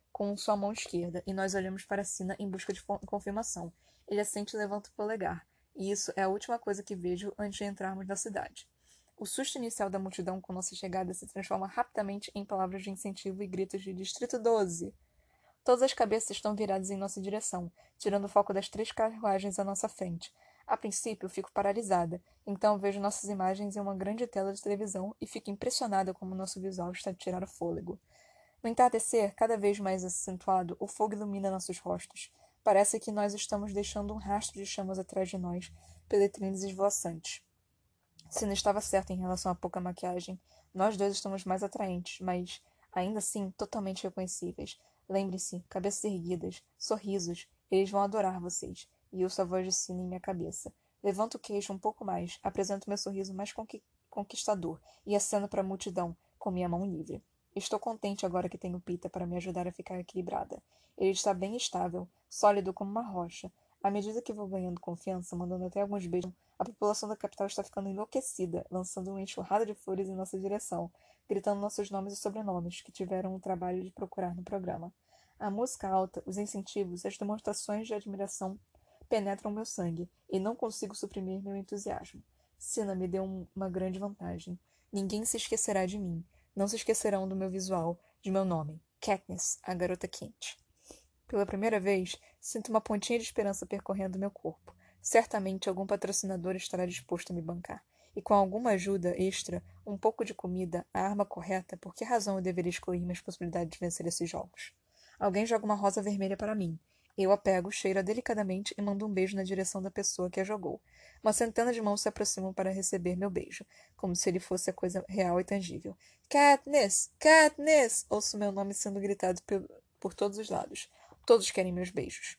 com sua mão esquerda, e nós olhamos para Sina em busca de confirmação. Ele assente e levanta o polegar, e isso é a última coisa que vejo antes de entrarmos na cidade. O susto inicial da multidão com nossa chegada se transforma rapidamente em palavras de incentivo e gritos de Distrito 12. Todas as cabeças estão viradas em nossa direção, tirando o foco das 3 carruagens à nossa frente. A princípio, fico paralisada, então vejo nossas imagens em uma grande tela de televisão e fico impressionada como nosso visual está a tirar o fôlego. No entardecer, cada vez mais acentuado, o fogo ilumina nossos rostos. Parece que nós estamos deixando um rastro de chamas atrás de nós, peletrinos esvoaçantes. Sina estava certa em relação à pouca maquiagem. Nós dois estamos mais atraentes, mas, ainda assim, totalmente reconhecíveis. Lembre-se, cabeças erguidas, sorrisos. Eles vão adorar vocês. E ouço a voz de Sina em minha cabeça. Levanto o queixo um pouco mais, apresento meu sorriso mais conquistador e aceno para a multidão, com minha mão livre. Estou contente agora que tenho Pita para me ajudar a ficar equilibrada. Ele está bem estável, sólido como uma rocha. À medida que vou ganhando confiança, mandando até alguns beijos, a população da capital está ficando enlouquecida, lançando uma enxurrada de flores em nossa direção, gritando nossos nomes e sobrenomes, que tiveram o trabalho de procurar no programa. A música alta, os incentivos, as demonstrações de admiração penetram meu sangue, e não consigo suprimir meu entusiasmo. Sina me deu uma grande vantagem. Ninguém se esquecerá de mim. Não se esquecerão do meu visual, de meu nome. Katniss, a garota quente. Pela primeira vez, sinto uma pontinha de esperança percorrendo meu corpo. Certamente algum patrocinador estará disposto a me bancar. E com alguma ajuda extra, um pouco de comida, a arma correta, por que razão eu deveria excluir minhas possibilidades de vencer esses jogos? Alguém joga uma rosa vermelha para mim. Eu a pego, cheiro-a delicadamente e mando um beijo na direção da pessoa que a jogou. Uma centena de mãos se aproximam para receber meu beijo, como se ele fosse a coisa real e tangível. Katniss! Katniss! Ouço meu nome sendo gritado por todos os lados. Todos querem meus beijos.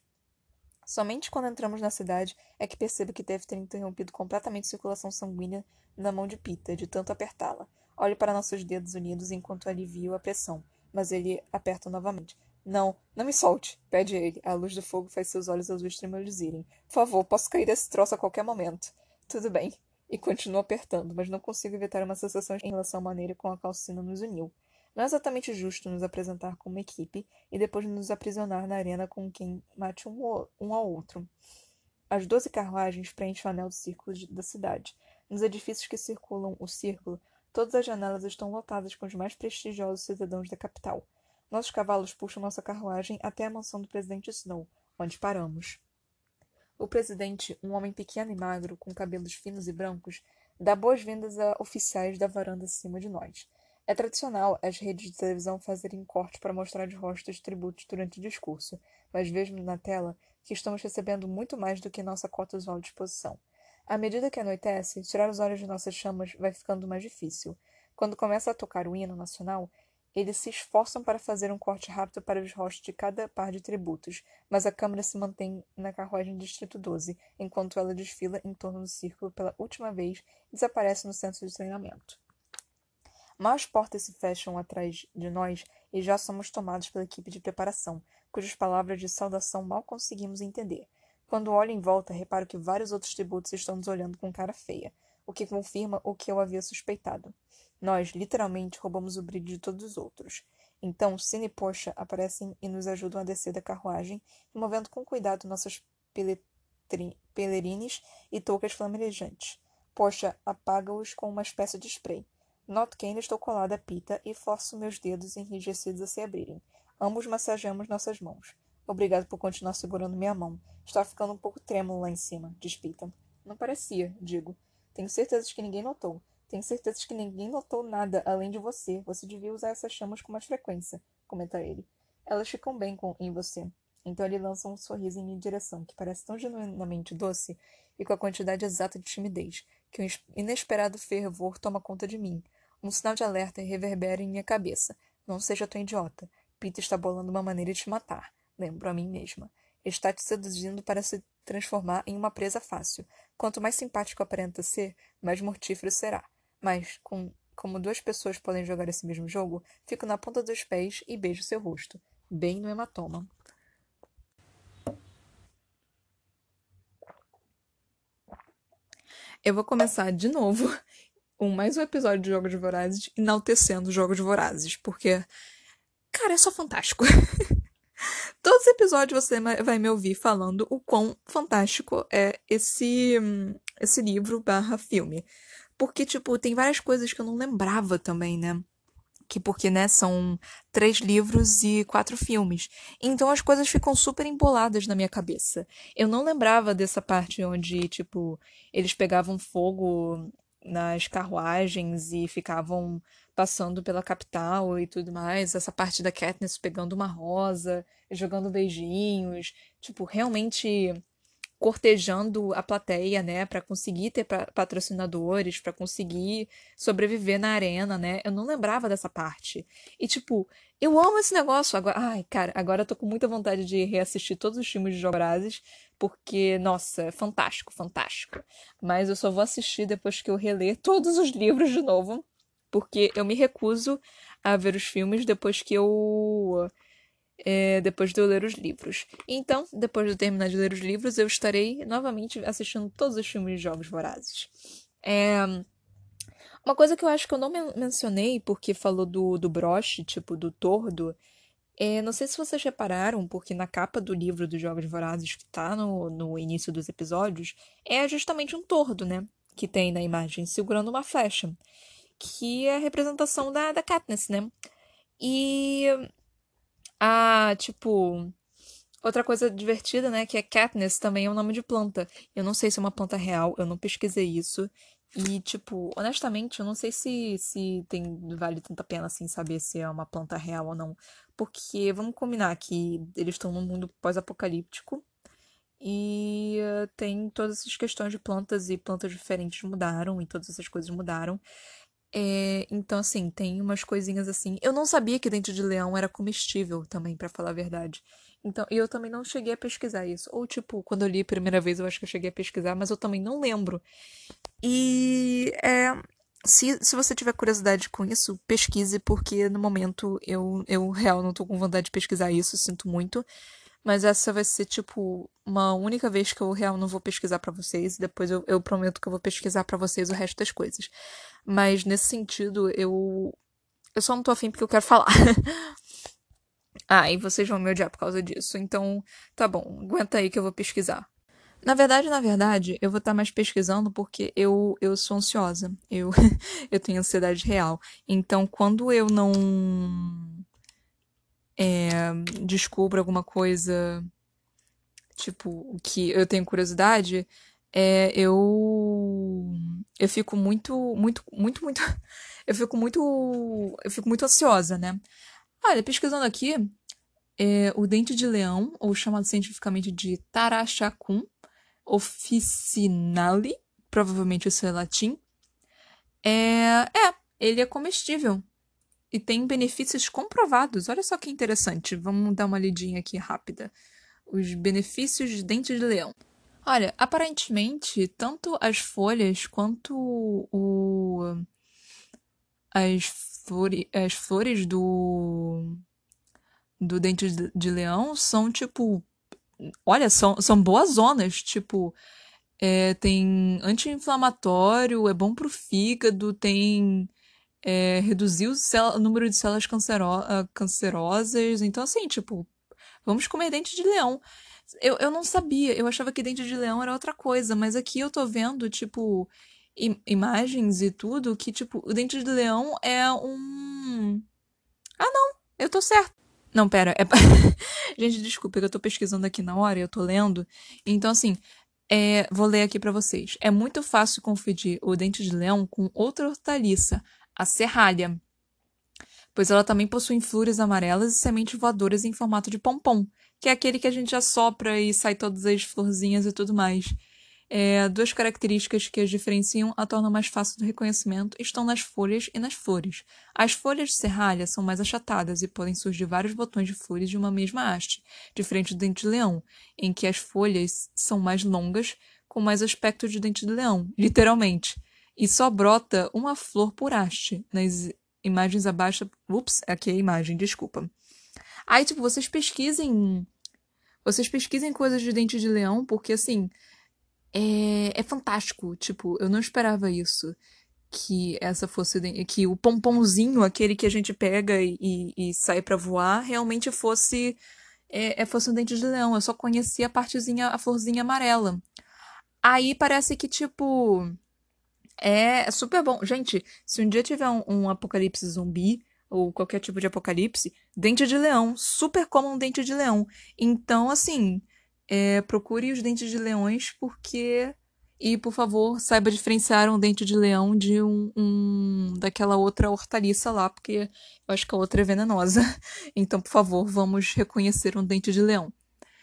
Somente quando entramos na cidade é que percebo que deve ter interrompido completamente a circulação sanguínea na mão de Peter, de tanto apertá-la. Olho para nossos dedos unidos enquanto alivio a pressão, mas ele aperta novamente. Não, não me solte, pede ele. A luz do fogo faz seus olhos azuis tremeluzirem. Por favor, posso cair desse troço a qualquer momento. Tudo bem. E continuo apertando, mas não consigo evitar uma sensação em relação à maneira como a calcina nos uniu. Não é exatamente justo nos apresentar como uma equipe e depois nos aprisionar na arena com quem mate um ao outro. As 12 carruagens preenchem o anel do círculo da cidade. Nos edifícios que circulam o círculo, todas as janelas estão lotadas com os mais prestigiosos cidadãos da capital. Nossos cavalos puxam nossa carruagem até a mansão do presidente Snow, onde paramos. O presidente, um homem pequeno e magro, com cabelos finos e brancos, dá boas-vindas a oficiais da varanda acima de nós. É tradicional as redes de televisão fazerem cortes para mostrar os rostos de tributos durante o discurso, mas vejo na tela que estamos recebendo muito mais do que nossa cota usual de exposição. À medida que anoitece, tirar os olhos de nossas chamas vai ficando mais difícil. Quando começa a tocar o hino nacional, eles se esforçam para fazer um corte rápido para os rostos de cada par de tributos, mas a câmera se mantém na carruagem do Distrito 12, enquanto ela desfila em torno do círculo pela última vez e desaparece no centro de treinamento. Mal as portas se fecham atrás de nós e já somos tomados pela equipe de preparação, cujas palavras de saudação mal conseguimos entender. Quando olho em volta, reparo que vários outros tributos estão nos olhando com cara feia, o que confirma o que eu havia suspeitado. Nós, literalmente, roubamos o brilho de todos os outros. Então, Cine e Portia aparecem e nos ajudam a descer da carruagem, removendo com cuidado nossas pelerines e toucas flamejantes. Portia apaga-os com uma espécie de spray. Noto que ainda estou colada a Pita e forço meus dedos enrijecidos a se abrirem. Ambos massageamos nossas mãos. Obrigado por continuar segurando minha mão. Está ficando um pouco trêmulo lá em cima, diz Pita. Não parecia, digo. Tenho certeza de que ninguém notou. Tenho certeza de que ninguém notou nada além de você. Você devia usar essas chamas com mais frequência, comenta ele. Elas ficam bem em você. Então ele lança um sorriso em minha direção, que parece tão genuinamente doce e com a quantidade exata de timidez, que um inesperado fervor toma conta de mim. Um sinal de alerta reverbera em minha cabeça. Não seja tão idiota. Peter está bolando uma maneira de te matar. Lembro a mim mesma. Ele está te seduzindo para se transformar em uma presa fácil. Quanto mais simpático aparenta ser, mais mortífero será. Mas, como 2 pessoas podem jogar esse mesmo jogo, fico na ponta dos pés e beijo seu rosto. Bem no hematoma. Eu vou começar de novo mais um episódio de Jogos Vorazes enaltecendo Jogos Vorazes, porque, cara, é só fantástico. Todos os episódios você vai me ouvir falando o quão fantástico é esse livro barra filme. Porque, tipo, tem várias coisas que eu não lembrava também, né? Porque, né, são 3 livros e 4 filmes. Então as coisas ficam super emboladas na minha cabeça. Eu não lembrava dessa parte onde, tipo, eles pegavam fogo nas carruagens e ficavam passando pela capital e tudo mais. Essa parte da Katniss pegando uma rosa, jogando beijinhos. Tipo, realmente cortejando a plateia, né, para conseguir ter patrocinadores, para conseguir sobreviver na arena, né? Eu não lembrava dessa parte. E tipo, eu amo esse negócio agora. Ai, cara, agora eu tô com muita vontade de reassistir todos os filmes de Jogos Vorazes, porque, nossa, é fantástico, fantástico. Mas eu só vou assistir depois que eu reler todos os livros de novo, porque eu me recuso a ver os filmes depois de eu ler os livros. Então, depois de eu terminar de ler os livros, eu estarei novamente assistindo todos os filmes de Jogos Vorazes. Uma coisa que eu acho que eu não mencionei, porque falou do broche, tipo, do tordo, não sei se vocês repararam, porque na capa do livro dos Jogos Vorazes, que tá no início dos episódios, é justamente um tordo, né? Que tem na imagem, segurando uma flecha. Que é a representação da Katniss, né? E tipo, outra coisa divertida, né, que é Katniss também é um nome de planta. Eu não sei se é uma planta real, eu não pesquisei isso. E, tipo, honestamente, eu não sei se vale tanta pena, assim, saber se é uma planta real ou não. Porque, vamos combinar que eles estão num mundo pós-apocalíptico. E tem todas essas questões de plantas e plantas diferentes mudaram e todas essas coisas mudaram. Então, assim, tem umas coisinhas assim. Eu não sabia que dente de leão era comestível também, pra falar a verdade. Então, e eu também não cheguei a pesquisar isso. Ou, tipo, quando eu li a primeira vez, eu acho que eu cheguei a pesquisar, mas eu também não lembro. E se você tiver curiosidade com isso, pesquise, porque no momento eu real não tô com vontade de pesquisar isso, sinto muito. Mas essa vai ser, tipo, uma única vez que eu real não vou pesquisar pra vocês. E depois eu prometo que eu vou pesquisar pra vocês o resto das coisas. Mas nesse sentido, eu só não tô afim porque eu quero falar. E vocês vão me odiar por causa disso. Então, tá bom, aguenta aí que eu vou pesquisar. Na verdade, eu vou estar mais pesquisando porque eu sou ansiosa. Eu tenho ansiedade real. Então, quando eu não descubro alguma coisa, tipo, que eu tenho curiosidade, eu fico muito, muito, muito, muito, eu fico muito ansiosa, né? Olha, pesquisando aqui, o dente de leão, ou chamado cientificamente de Tarashacum officinale, provavelmente isso é latim, ele é comestível e tem benefícios comprovados. Olha só que interessante. Vamos dar uma lidinha aqui rápida. Os benefícios de dente de leão. Olha, aparentemente, tanto as folhas quanto as flores do dente de leão são, tipo, olha, são boas zonas, tipo, tem anti-inflamatório, é bom pro fígado, tem reduzir o número de células cancerosas, então assim, tipo, vamos comer dente de leão. Eu não sabia, eu achava que dente de leão era outra coisa, mas aqui eu tô vendo, tipo, imagens e tudo, que, tipo, o dente de leão é um. Ah, não, eu tô certo. Não, pera, Gente, desculpa, é que eu tô pesquisando aqui na hora e eu tô lendo. Então, assim, vou ler aqui pra vocês. É muito fácil confundir o dente de leão com outra hortaliça, a serralha, pois ela também possui flores amarelas e sementes voadoras em formato de pompom, que é aquele que a gente assopra e sai todas as florzinhas e tudo mais. Duas características que as diferenciam a tornam mais fácil do reconhecimento estão nas folhas e nas flores. As folhas de serralha são mais achatadas e podem surgir vários botões de flores de uma mesma haste, diferente do dente de leão, em que as folhas são mais longas, com mais aspecto de dente de leão, literalmente. E só brota uma flor por haste. Nas imagens abaixo. Ups, aqui é a imagem, desculpa. Aí, tipo, vocês pesquisem. Vocês pesquisem coisas de dente de leão, porque assim é fantástico. Tipo, eu não esperava isso. Que essa fosse. Que o pomponzinho, aquele que a gente pega e sai pra voar, realmente fosse fosse um dente de leão. Eu só conhecia a partezinha, a florzinha amarela. Aí parece que, tipo, é super bom. Gente, se um dia tiver um apocalipse zumbi, ou qualquer tipo de apocalipse, dente de leão. Super comum dente de leão. Então, assim, procure os dentes de leões, porque. E, por favor, saiba diferenciar um dente de leão de daquela outra hortaliça lá, porque eu acho que a outra é venenosa. Então, por favor, vamos reconhecer um dente de leão.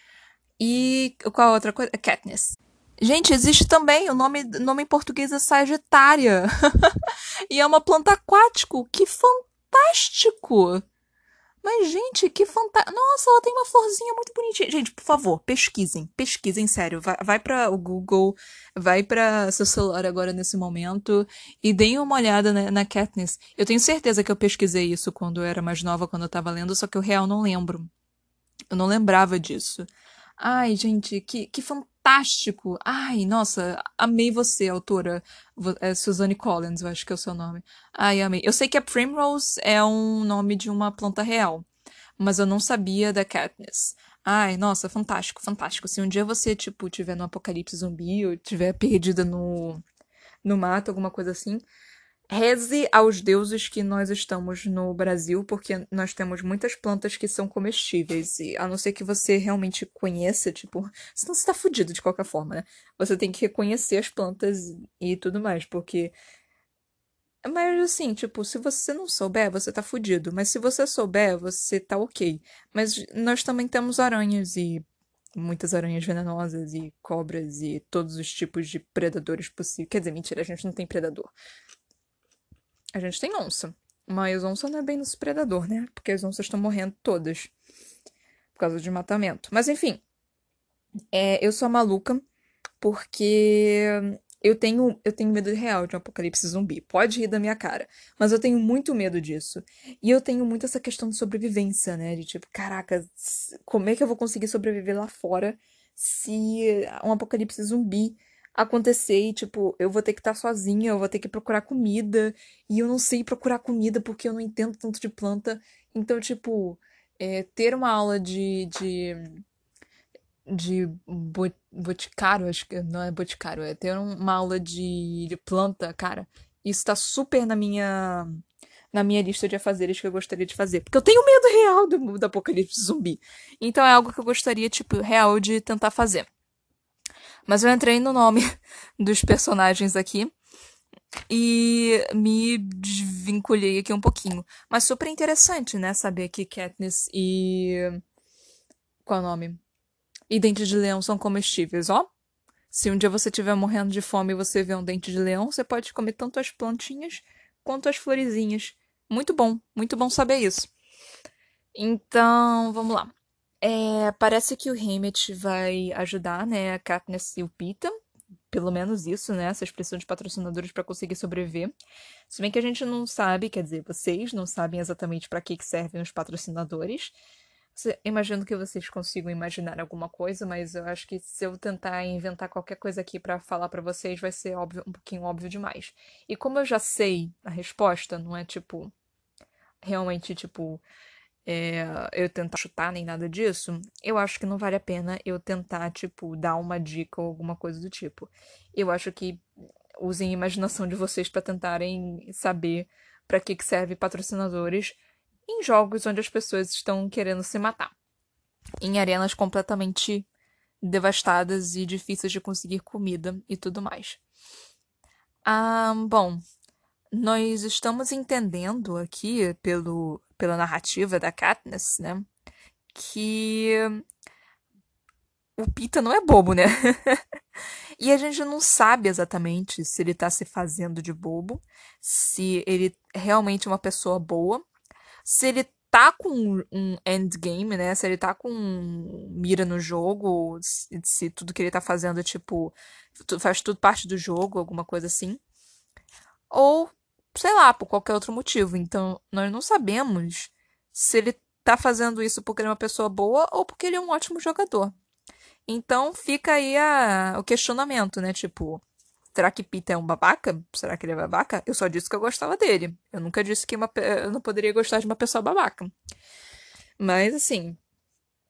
E qual a outra coisa? Katniss. Gente, existe também, o nome em português é Sagitária. E é uma planta aquático. Que fantástico! Mas, gente, que fantástico. Nossa, ela tem uma florzinha muito bonitinha. Gente, por favor, pesquisem. Pesquisem, sério. Vai para o Google, vai para seu celular agora nesse momento e deem uma olhada na Katniss. Eu tenho certeza que eu pesquisei isso quando eu era mais nova, quando eu tava lendo, só que eu real não lembro. Eu não lembrava disso. Ai, gente, que fantástico! Ai, nossa, amei você, autora. Suzanne Collins, eu acho que é o seu nome. Ai, amei. Eu sei que a Primrose é um nome de uma planta real, mas eu não sabia da Katniss. Ai, nossa, fantástico, fantástico. Se um dia você, tipo, tiver no apocalipse zumbi ou tiver perdida no mato, alguma coisa assim, reze aos deuses que nós estamos no Brasil, porque nós temos muitas plantas que são comestíveis. E a não ser que você realmente conheça, tipo, senão você tá fudido de qualquer forma, né? Você tem que reconhecer as plantas e tudo mais, porque. Mas assim, tipo, se você não souber, você tá fudido. Mas se você souber, você tá ok. Mas nós também temos aranhas e muitas aranhas venenosas e cobras e todos os tipos de predadores possíveis. Quer dizer, mentira, a gente não tem predador. A gente tem onça. Mas onça não é bem nosso predador, né? Porque as onças estão morrendo todas por causa de desmatamento. Mas enfim, eu sou maluca porque eu tenho medo real de um apocalipse zumbi. Pode rir da minha cara, mas eu tenho muito medo disso. E eu tenho muito essa questão de sobrevivência, né? De tipo, caraca, como é que eu vou conseguir sobreviver lá fora se um apocalipse zumbi acontecer e, tipo, eu vou ter que estar sozinha, eu vou ter que procurar comida, e eu não sei procurar comida porque eu não entendo tanto de planta. Então, tipo, ter uma aula de boticário, acho que não é boticário, é ter uma aula de planta, cara. Isso tá super na minha lista de afazeres que eu gostaria de fazer. Porque eu tenho medo real do apocalipse zumbi. Então é algo que eu gostaria, tipo, real de tentar fazer. Mas eu entrei no nome dos personagens aqui e me desvinculei aqui um pouquinho. Mas super interessante, né? Saber que Katniss e. Qual é o nome? E Dente de Leão são comestíveis, ó. Se um dia você estiver morrendo de fome e você vê um dente de leão, você pode comer tanto as plantinhas quanto as florezinhas. Muito bom saber isso. Então, vamos lá. Parece que o Hammett vai ajudar, né, a Katniss e o Pita. Pelo menos isso, né? Essa expressão de patrocinadores para conseguir sobreviver. Se bem que a gente não sabe, quer dizer, vocês não sabem exatamente para que servem os patrocinadores. Imagino que vocês consigam imaginar alguma coisa, mas eu acho que se eu tentar inventar qualquer coisa aqui pra falar pra vocês, vai ser óbvio, um pouquinho óbvio demais. E como eu já sei a resposta, não é tipo, realmente tipo, eu tentar chutar nem nada disso, eu acho que não vale a pena eu tentar, tipo, dar uma dica ou alguma coisa do tipo. Eu acho que usem a imaginação de vocês pra tentarem saber pra que serve patrocinadores em jogos onde as pessoas estão querendo se matar em arenas completamente devastadas e difíceis de conseguir comida e tudo mais. Bom, nós estamos entendendo aqui pela narrativa da Katniss, né, que o Pita não é bobo, né? E a gente não sabe exatamente se ele tá se fazendo de bobo, se ele é realmente uma pessoa boa, se ele tá com um endgame, né? Se ele tá com mira no jogo, se tudo que ele tá fazendo, tipo, faz tudo parte do jogo, alguma coisa assim. Ou, sei lá, por qualquer outro motivo. Então, nós não sabemos se ele tá fazendo isso porque ele é uma pessoa boa ou porque ele é um ótimo jogador. Então, fica aí o questionamento, né? Tipo, será que Pita é um babaca? Será que ele é babaca? Eu só disse que eu gostava dele. Eu nunca disse que eu não poderia gostar de uma pessoa babaca. Mas, assim,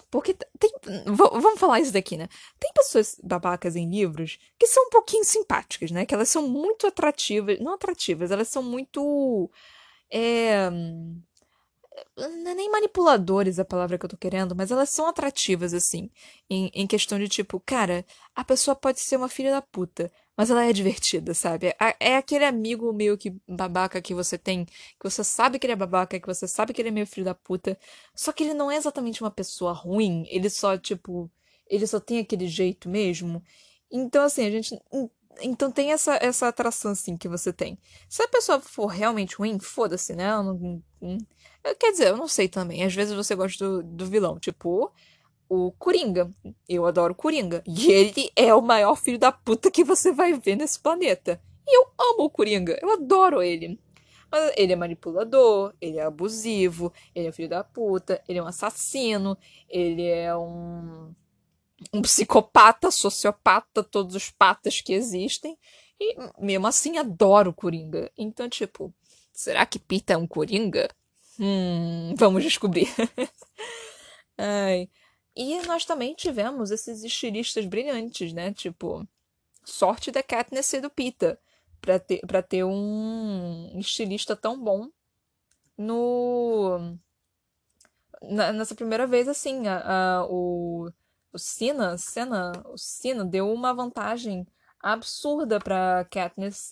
Porque vamos falar isso daqui, né? Tem pessoas babacas em livros que são um pouquinho simpáticas, né? Que elas são muito atrativas. Não atrativas, elas são muito. É, não é nem manipuladores a palavra que eu tô querendo, mas elas são atrativas, assim. Em questão de tipo, cara, a pessoa pode ser uma filha da puta, mas ela é divertida, sabe? É aquele amigo meio que babaca que você tem, que você sabe que ele é babaca, que você sabe que ele é meio filho da puta, só que ele não é exatamente uma pessoa ruim, ele só, tipo, ele só tem aquele jeito mesmo. Então, assim, a gente. Então tem essa atração, assim, que você tem. Se a pessoa for realmente ruim, foda-se, né? Eu não, quer dizer, eu não sei também. Às vezes você gosta do vilão, tipo o Coringa. Eu adoro o Coringa. E ele é o maior filho da puta que você vai ver nesse planeta. E eu amo o Coringa. Eu adoro ele. Mas ele é manipulador, ele é abusivo, ele é filho da puta, ele é um assassino, ele é um psicopata, sociopata, todos os patas que existem. E mesmo assim adoro o Coringa. Então, tipo, será que Pita é um Coringa? Vamos descobrir. Ai. E nós também tivemos esses estilistas brilhantes, né? Tipo, sorte da Katniss e do Pita pra ter um estilista tão bom no nessa primeira vez, assim, o Sina deu uma vantagem absurda pra Katniss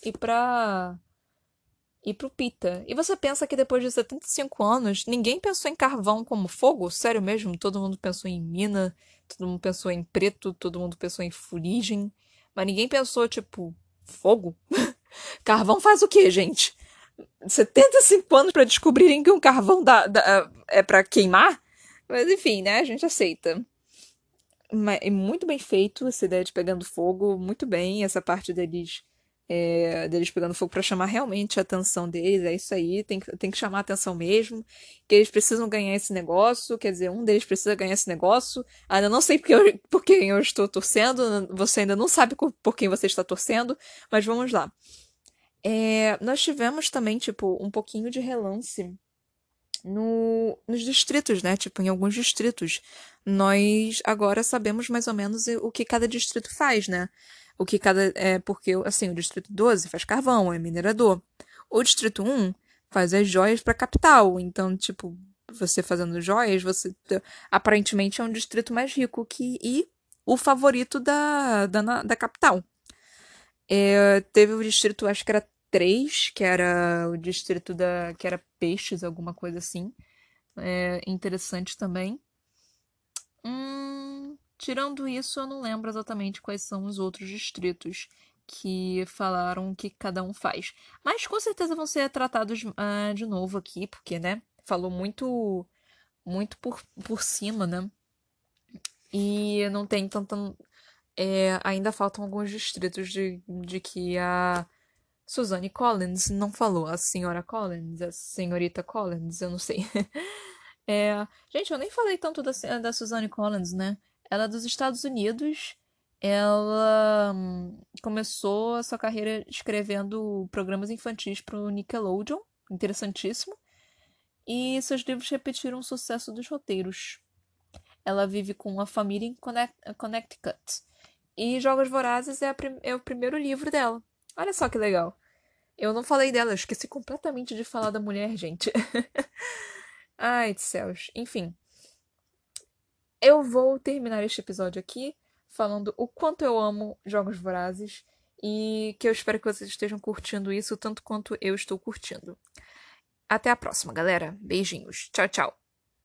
e pro Pita. E você pensa que depois de 75 anos, ninguém pensou em carvão como fogo? Sério mesmo? Todo mundo pensou em mina, todo mundo pensou em preto, todo mundo pensou em fuligem, mas ninguém pensou, tipo, fogo? Carvão faz o quê, gente? 75 anos pra descobrirem que um carvão é pra queimar? Mas enfim, né? A gente aceita. Mas é muito bem feito essa ideia de pegando fogo, muito bem essa parte deles pegando fogo pra chamar realmente a atenção deles, é isso aí, tem que chamar a atenção mesmo, que eles precisam ganhar esse negócio, quer dizer, um deles precisa ganhar esse negócio, ainda não sei por quem eu estou torcendo, você ainda não sabe por quem você está torcendo, mas vamos lá. Nós tivemos também, tipo, um pouquinho de relance nos distritos, né? Tipo, em alguns distritos. Nós agora sabemos mais ou menos o que cada distrito faz, né? O que cada. Porque, assim, o distrito 12 faz carvão, é minerador. O distrito 1 faz as joias pra capital. Então, tipo, você fazendo joias, aparentemente é um distrito mais rico e o favorito da capital. Teve o distrito, acho que era 3 que era o distrito que era peixes, alguma coisa assim. Interessante também. Tirando isso, eu não lembro exatamente quais são os outros distritos que falaram o que cada um faz. Mas com certeza vão ser tratados de novo aqui, porque, né? Falou muito por cima, né? E não tem tanta. Ainda faltam alguns distritos de que a Suzanne Collins não falou. A senhora Collins, a senhorita Collins, eu não sei. Gente, eu nem falei tanto da Suzanne Collins, né? Ela é dos Estados Unidos. Ela começou a sua carreira escrevendo programas infantis para o Nickelodeon. Interessantíssimo. E seus livros repetiram o sucesso dos roteiros. Ela vive com uma família em Connecticut. E Jogos Vorazes é o primeiro livro dela. Olha só que legal. Eu não falei dela, eu esqueci completamente de falar da mulher, gente. Ai, de céus. Enfim, eu vou terminar este episódio aqui falando o quanto eu amo Jogos Vorazes e que eu espero que vocês estejam curtindo isso tanto quanto eu estou curtindo. Até a próxima, galera. Beijinhos. Tchau, tchau.